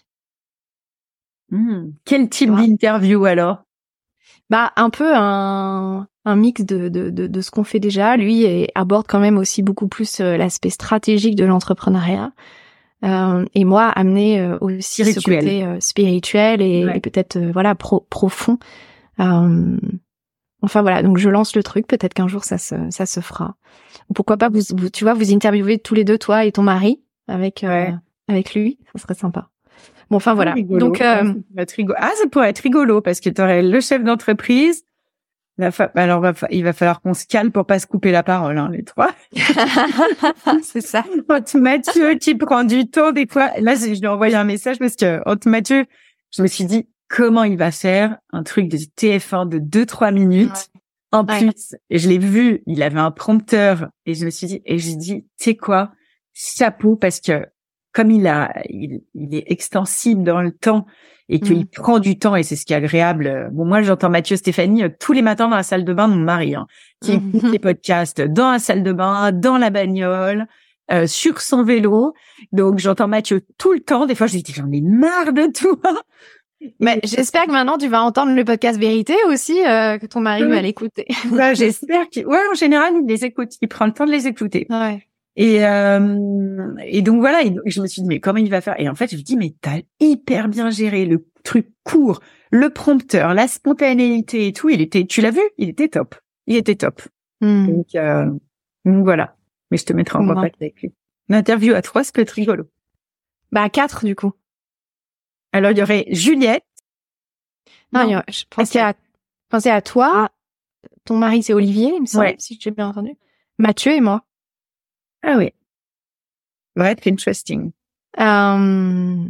B: Mmh. Quel type ouais. d'interview alors?
A: Bah un peu un un mix de de de, de ce qu'on fait déjà. Lui et aborde quand même aussi beaucoup plus euh, l'aspect stratégique de l'entrepreneuriat. Euh, et moi, amener euh, aussi spirituel. ce côté euh, spirituel et, ouais. et peut-être euh, voilà pro, profond. Euh, enfin voilà, donc je lance le truc. Peut-être qu'un jour ça se ça se fera. Ou pourquoi pas vous, vous tu vois vous interviewer tous les deux, toi et ton mari, avec euh, ouais. avec lui, ça serait sympa. Bon enfin voilà.
B: Rigolo.
A: Donc euh,
B: ah ça pourrait être rigolo parce que t'aurais le chef d'entreprise. La fa... Alors, il va falloir qu'on se calme pour pas se couper la parole, hein, les trois.
A: C'est ça.
B: Entre Mathieu qui prend du temps, des fois. Là, je lui ai envoyé un message parce que entre Mathieu, je me suis dit, comment il va faire un truc de T F un de deux, trois minutes. Ouais. En plus, ouais. et je l'ai vu, il avait un prompteur et je me suis dit, et j'ai dit, tu sais quoi, chapeau, parce que comme il a, il, il est extensible dans le temps et qu'il mmh. prend du temps, et c'est ce qui est agréable. Bon, moi, j'entends Mathieu Stéphanie tous les matins dans la salle de bain de mon mari, hein, qui mmh. écoute les podcasts dans la salle de bain, dans la bagnole, euh, sur son vélo. Donc, j'entends Mathieu tout le temps. Des fois, je lui dis, j'en ai marre de tout.
A: Mais j'espère que maintenant, tu vas entendre le podcast Vérité aussi, euh, que ton mari oui. va l'écouter.
B: Ouais, j'espère qu'il, ouais, en général, il les écoute. Il prend le temps de les écouter.
A: Ouais.
B: Et euh, et donc voilà, et je me suis dit mais comment il va faire? Et en fait je me dis mais t'as hyper bien géré le truc court, le prompteur, la spontanéité et tout. Il était, tu l'as vu? Il était top. Il était top.
A: Mm.
B: Donc, euh, donc voilà. Mais je te mettrai en contact avec lui. Une interview à trois, ça peut être rigolo.
A: Bah à quatre du coup.
B: Alors il y aurait Juliette.
A: Non, non. je pensais à pensais à toi. Ton mari c'est Olivier, il me semble, ouais. si j'ai bien entendu. Mathieu et moi.
B: Ah oui. Va être interesting.
A: Euh...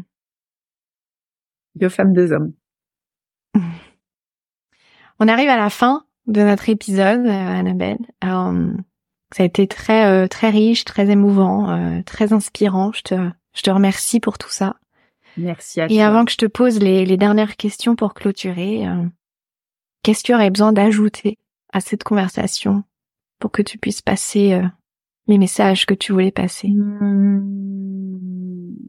B: Deux femmes, deux hommes.
A: On arrive à la fin de notre épisode, euh, Annabelle. Euh, ça a été très euh, très riche, très émouvant, euh, très inspirant. Je te je te remercie pour tout ça.
B: Merci à
A: toi. Et avant que je te pose les les dernières questions pour clôturer, euh, qu'est-ce que tu aurais besoin d'ajouter à cette conversation pour que tu puisses passer euh, les messages que tu voulais passer?
B: Mmh.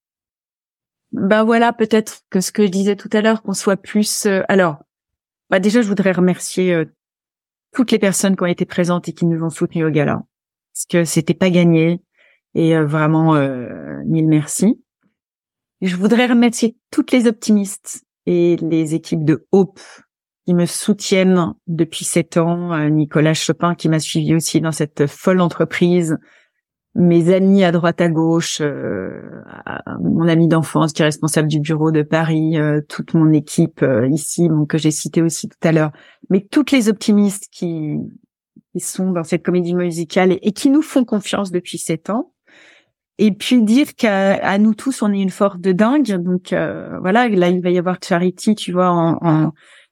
B: Ben voilà, peut-être que ce que je disais tout à l'heure, qu'on soit plus... Euh, alors, bah déjà, je voudrais remercier euh, toutes les personnes qui ont été présentes et qui nous ont soutenus au gala. Parce que c'était pas gagné. Et euh, vraiment, euh, mille merci. Et je voudrais remercier toutes les optimistes et les équipes de Hope qui me soutiennent depuis sept ans. Euh, Nicolas Chopin qui m'a suivi aussi dans cette folle entreprise. Mes amis à droite à gauche, euh, mon ami d'enfance qui est responsable du bureau de Paris, euh, toute mon équipe euh, ici, bon, que j'ai cité aussi tout à l'heure, mais toutes les optimistes qui, qui sont dans cette comédie musicale et, et qui nous font confiance depuis sept ans. Et puis dire qu'à à nous tous, on est une force de dingue. Donc euh, voilà, là il va y avoir Charity, tu vois, en, en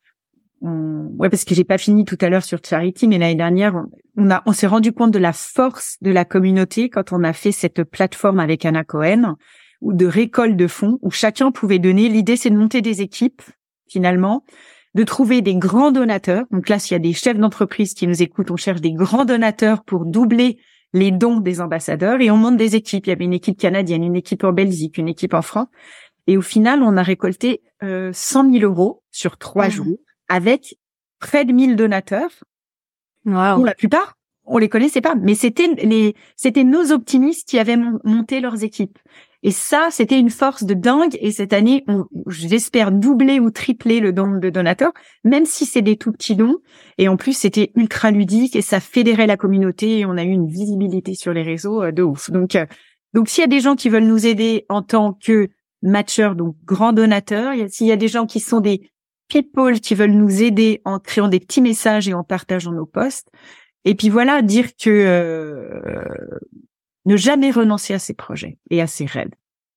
B: On... ouais, parce que j'ai pas fini tout à l'heure sur Charity, mais l'année dernière, on a, on s'est rendu compte de la force de la communauté quand on a fait cette plateforme avec Anna Cohen, ou de récolte de fonds, où chacun pouvait donner. L'idée, c'est de monter des équipes, finalement, de trouver des grands donateurs. Donc là, s'il y a des chefs d'entreprise qui nous écoutent, on cherche des grands donateurs pour doubler les dons des ambassadeurs, et on monte des équipes. Il y avait une équipe canadienne, une équipe en Belgique, une équipe en France. Et au final, on a récolté euh, cent mille euros sur trois mmh. jours, avec près de mille donateurs.
A: Wow.
B: Pour la plupart, on les connaissait pas, mais c'était les, c'était nos optimistes qui avaient monté leurs équipes. Et ça, c'était une force de dingue. Et cette année, on, j'espère doubler ou tripler le don de donateurs, même si c'est des tout petits dons. Et en plus, c'était ultra ludique et ça fédérait la communauté et on a eu une visibilité sur les réseaux de ouf. Donc, euh, donc s'il y a des gens qui veulent nous aider en tant que matcheurs, donc grands donateurs, s'il y a des gens qui sont des people qui veulent nous aider en créant des petits messages et en partageant nos posts. Et puis voilà, dire que euh, ne jamais renoncer à ses projets et à ses rêves.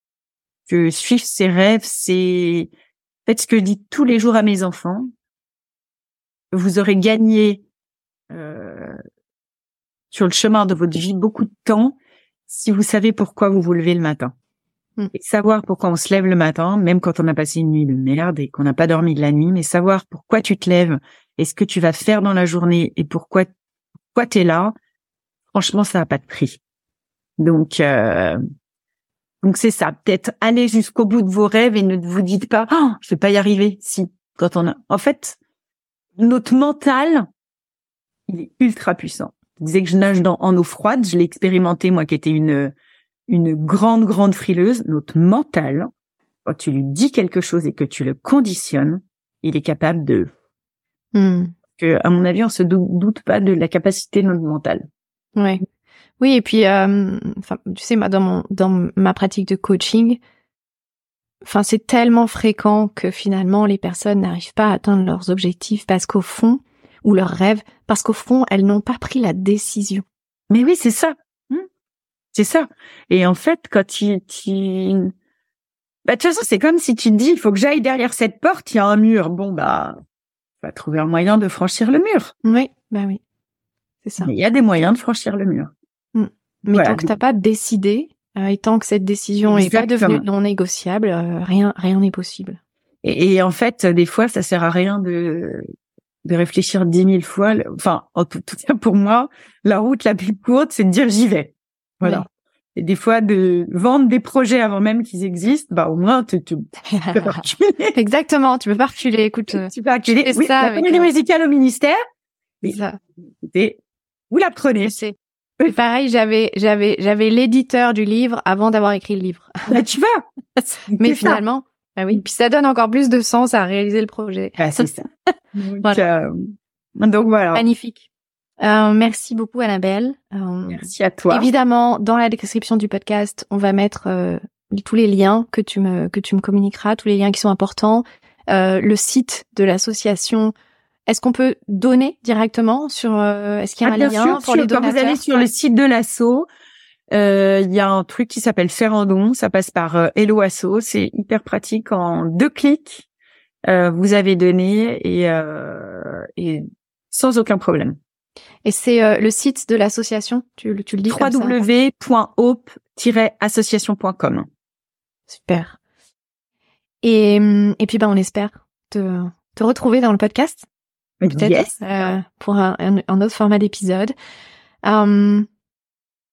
B: Que suivre ses rêves, c'est faites ce que je dis tous les jours à mes enfants. Vous aurez gagné euh, sur le chemin de votre vie beaucoup de temps si vous savez pourquoi vous vous levez le matin. Et savoir pourquoi on se lève le matin, même quand on a passé une nuit de merde et qu'on n'a pas dormi de la nuit, mais savoir pourquoi tu te lèves et ce que tu vas faire dans la journée et pourquoi pourquoi t'es là, franchement, ça n'a pas de prix. Donc, euh, donc c'est ça. Peut-être aller jusqu'au bout de vos rêves et ne vous dites pas, oh, je vais pas y arriver. Si, quand on a, en fait, notre mental, il est ultra puissant. Je disais que je nage dans en eau froide. Je l'ai expérimenté moi, qui était une une grande, grande frileuse. Notre mental, quand tu lui dis quelque chose et que tu le conditionnes, il est capable de...
A: Mm.
B: Que, à mon avis, on se doute pas de la capacité de notre mental.
A: Ouais. Oui, et puis, euh, enfin, tu sais, dans mon, dans ma pratique de coaching, enfin, c'est tellement fréquent que finalement, les personnes n'arrivent pas à atteindre leurs objectifs parce qu'au fond, ou leurs rêves, parce qu'au fond, elles n'ont pas pris la décision.
B: Mais oui, c'est ça. C'est ça. Et en fait, quand tu, tu... bah, de toute façon, c'est comme si tu te dis, il faut que j'aille derrière cette porte, il y a un mur. Bon, bah, on va trouver un moyen de franchir le mur.
A: Oui, bah oui. C'est ça.
B: Mais il y a des moyens de franchir le mur.
A: Mm. Mais voilà. Tant que t'as pas décidé, euh, et tant que cette décision n'est pas devenue non négociable, euh, rien, rien n'est possible.
B: Et, et en fait, des fois, ça sert à rien de, de réfléchir dix mille fois. Enfin, en tout, tout cas, pour moi, la route la plus courte, c'est de dire j'y vais. Voilà. Oui. Et des fois, de vendre des projets avant même qu'ils existent, bah, au moins, tu, tu, tu peux pas reculer.
A: Exactement, tu peux pas reculer, écoute.
B: Tu peux reculer. Oui,
A: ça
B: la comédie musicale au ministère.
A: Mais ça.
B: Écoutez, vous la prenez.
A: C'est pareil, j'avais, j'avais, j'avais l'éditeur du livre avant d'avoir écrit le livre.
B: Bah, tu vois.
A: Mais finalement, bah oui. Puis ça donne encore plus de sens à réaliser le projet.
B: Bah, c'est ça. Donc,
A: voilà.
B: Euh, donc voilà.
A: Magnifique. Euh, merci beaucoup Annabelle. Euh,
B: merci à toi.
A: Évidemment, dans la description du podcast, on va mettre euh, tous les liens que tu me que tu me communiqueras, tous les liens qui sont importants, euh, le site de l'association. Est-ce qu'on peut donner directement sur euh, est-ce qu'il y a
B: ah,
A: un lien
B: sûr,
A: pour
B: sur,
A: les donateurs?
B: Quand vous allez sur le site de l'asso, euh, il y a un truc qui s'appelle Faire un don. Ça passe par euh, Hello Asso. C'est hyper pratique. En deux clics, euh, vous avez donné et euh, et sans aucun problème.
A: Et c'est euh, le site de l'association, tu, tu le dis comme ça.
B: w w w point hope tiret association point com.
A: Super. Et, et puis, ben, on espère te, te retrouver dans le podcast. Peut-être
B: yes.
A: euh, pour un, un, un autre format d'épisode. Um,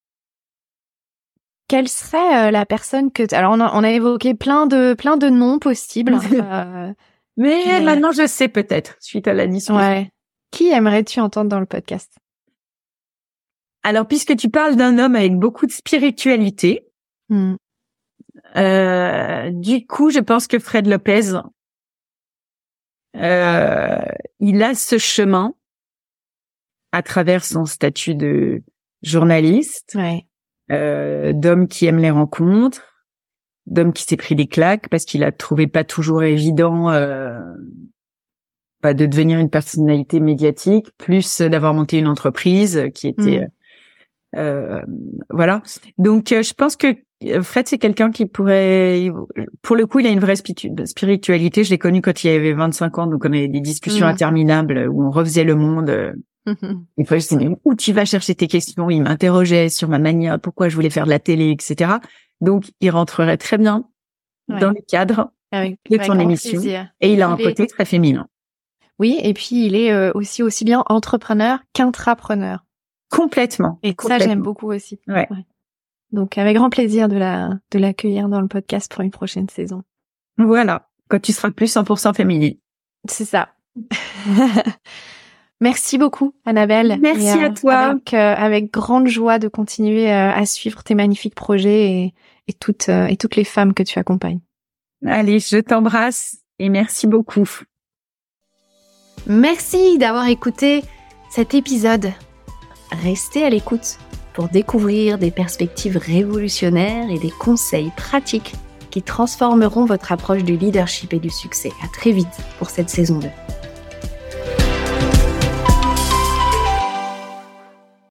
A: quelle serait euh, la personne que... T... Alors, on a, on a évoqué plein de, plein de noms possibles. euh,
B: mais, mais maintenant,
A: euh...
B: je sais peut-être, suite à la discussion.
A: Ouais. Qui aimerais-tu entendre dans le podcast?
B: Alors, puisque tu parles d'un homme avec beaucoup de spiritualité,
A: mm.
B: euh, du coup, je pense que Fred Lopez, euh, il a ce chemin à travers son statut de journaliste,
A: ouais.
B: euh, d'homme qui aime les rencontres, d'homme qui s'est pris des claques parce qu'il a trouvé pas toujours évident euh, bah, de devenir une personnalité médiatique, plus d'avoir monté une entreprise qui était... Mm. Euh, voilà. Donc, euh, je pense que Fred, c'est quelqu'un qui pourrait... Pour le coup, il a une vraie spiritualité. Je l'ai connu quand il avait vingt-cinq ans, donc on avait des discussions mmh. interminables où on refaisait le monde. Mmh. Une fois, je disais, mais où tu vas chercher tes questions? Il m'interrogeait sur ma manière, pourquoi je voulais faire de la télé, et cetera. Donc, il rentrerait très bien ouais. dans le cadre
A: avec,
B: de
A: avec
B: ton émission. Plaisir. Et il a il un est... côté très féminin.
A: Oui, et puis il est euh, aussi aussi bien entrepreneur qu'intrapreneur.
B: Complètement.
A: Et
B: complètement.
A: ça, j'aime beaucoup aussi.
B: Ouais.
A: ouais. Donc, avec grand plaisir de la de l'accueillir dans le podcast pour une prochaine saison.
B: Voilà. Quand tu seras plus cent pour cent féminine.
A: C'est ça. Merci beaucoup, Annabelle.
B: Merci
A: et, euh,
B: à toi.
A: Avec, euh, avec grande joie de continuer euh, à suivre tes magnifiques projets et, et toutes euh, et toutes les femmes que tu accompagnes.
B: Allez, je t'embrasse et merci beaucoup.
A: Merci d'avoir écouté cet épisode. Restez à l'écoute pour découvrir des perspectives révolutionnaires et des conseils pratiques qui transformeront votre approche du leadership et du succès. À très vite pour cette saison deux.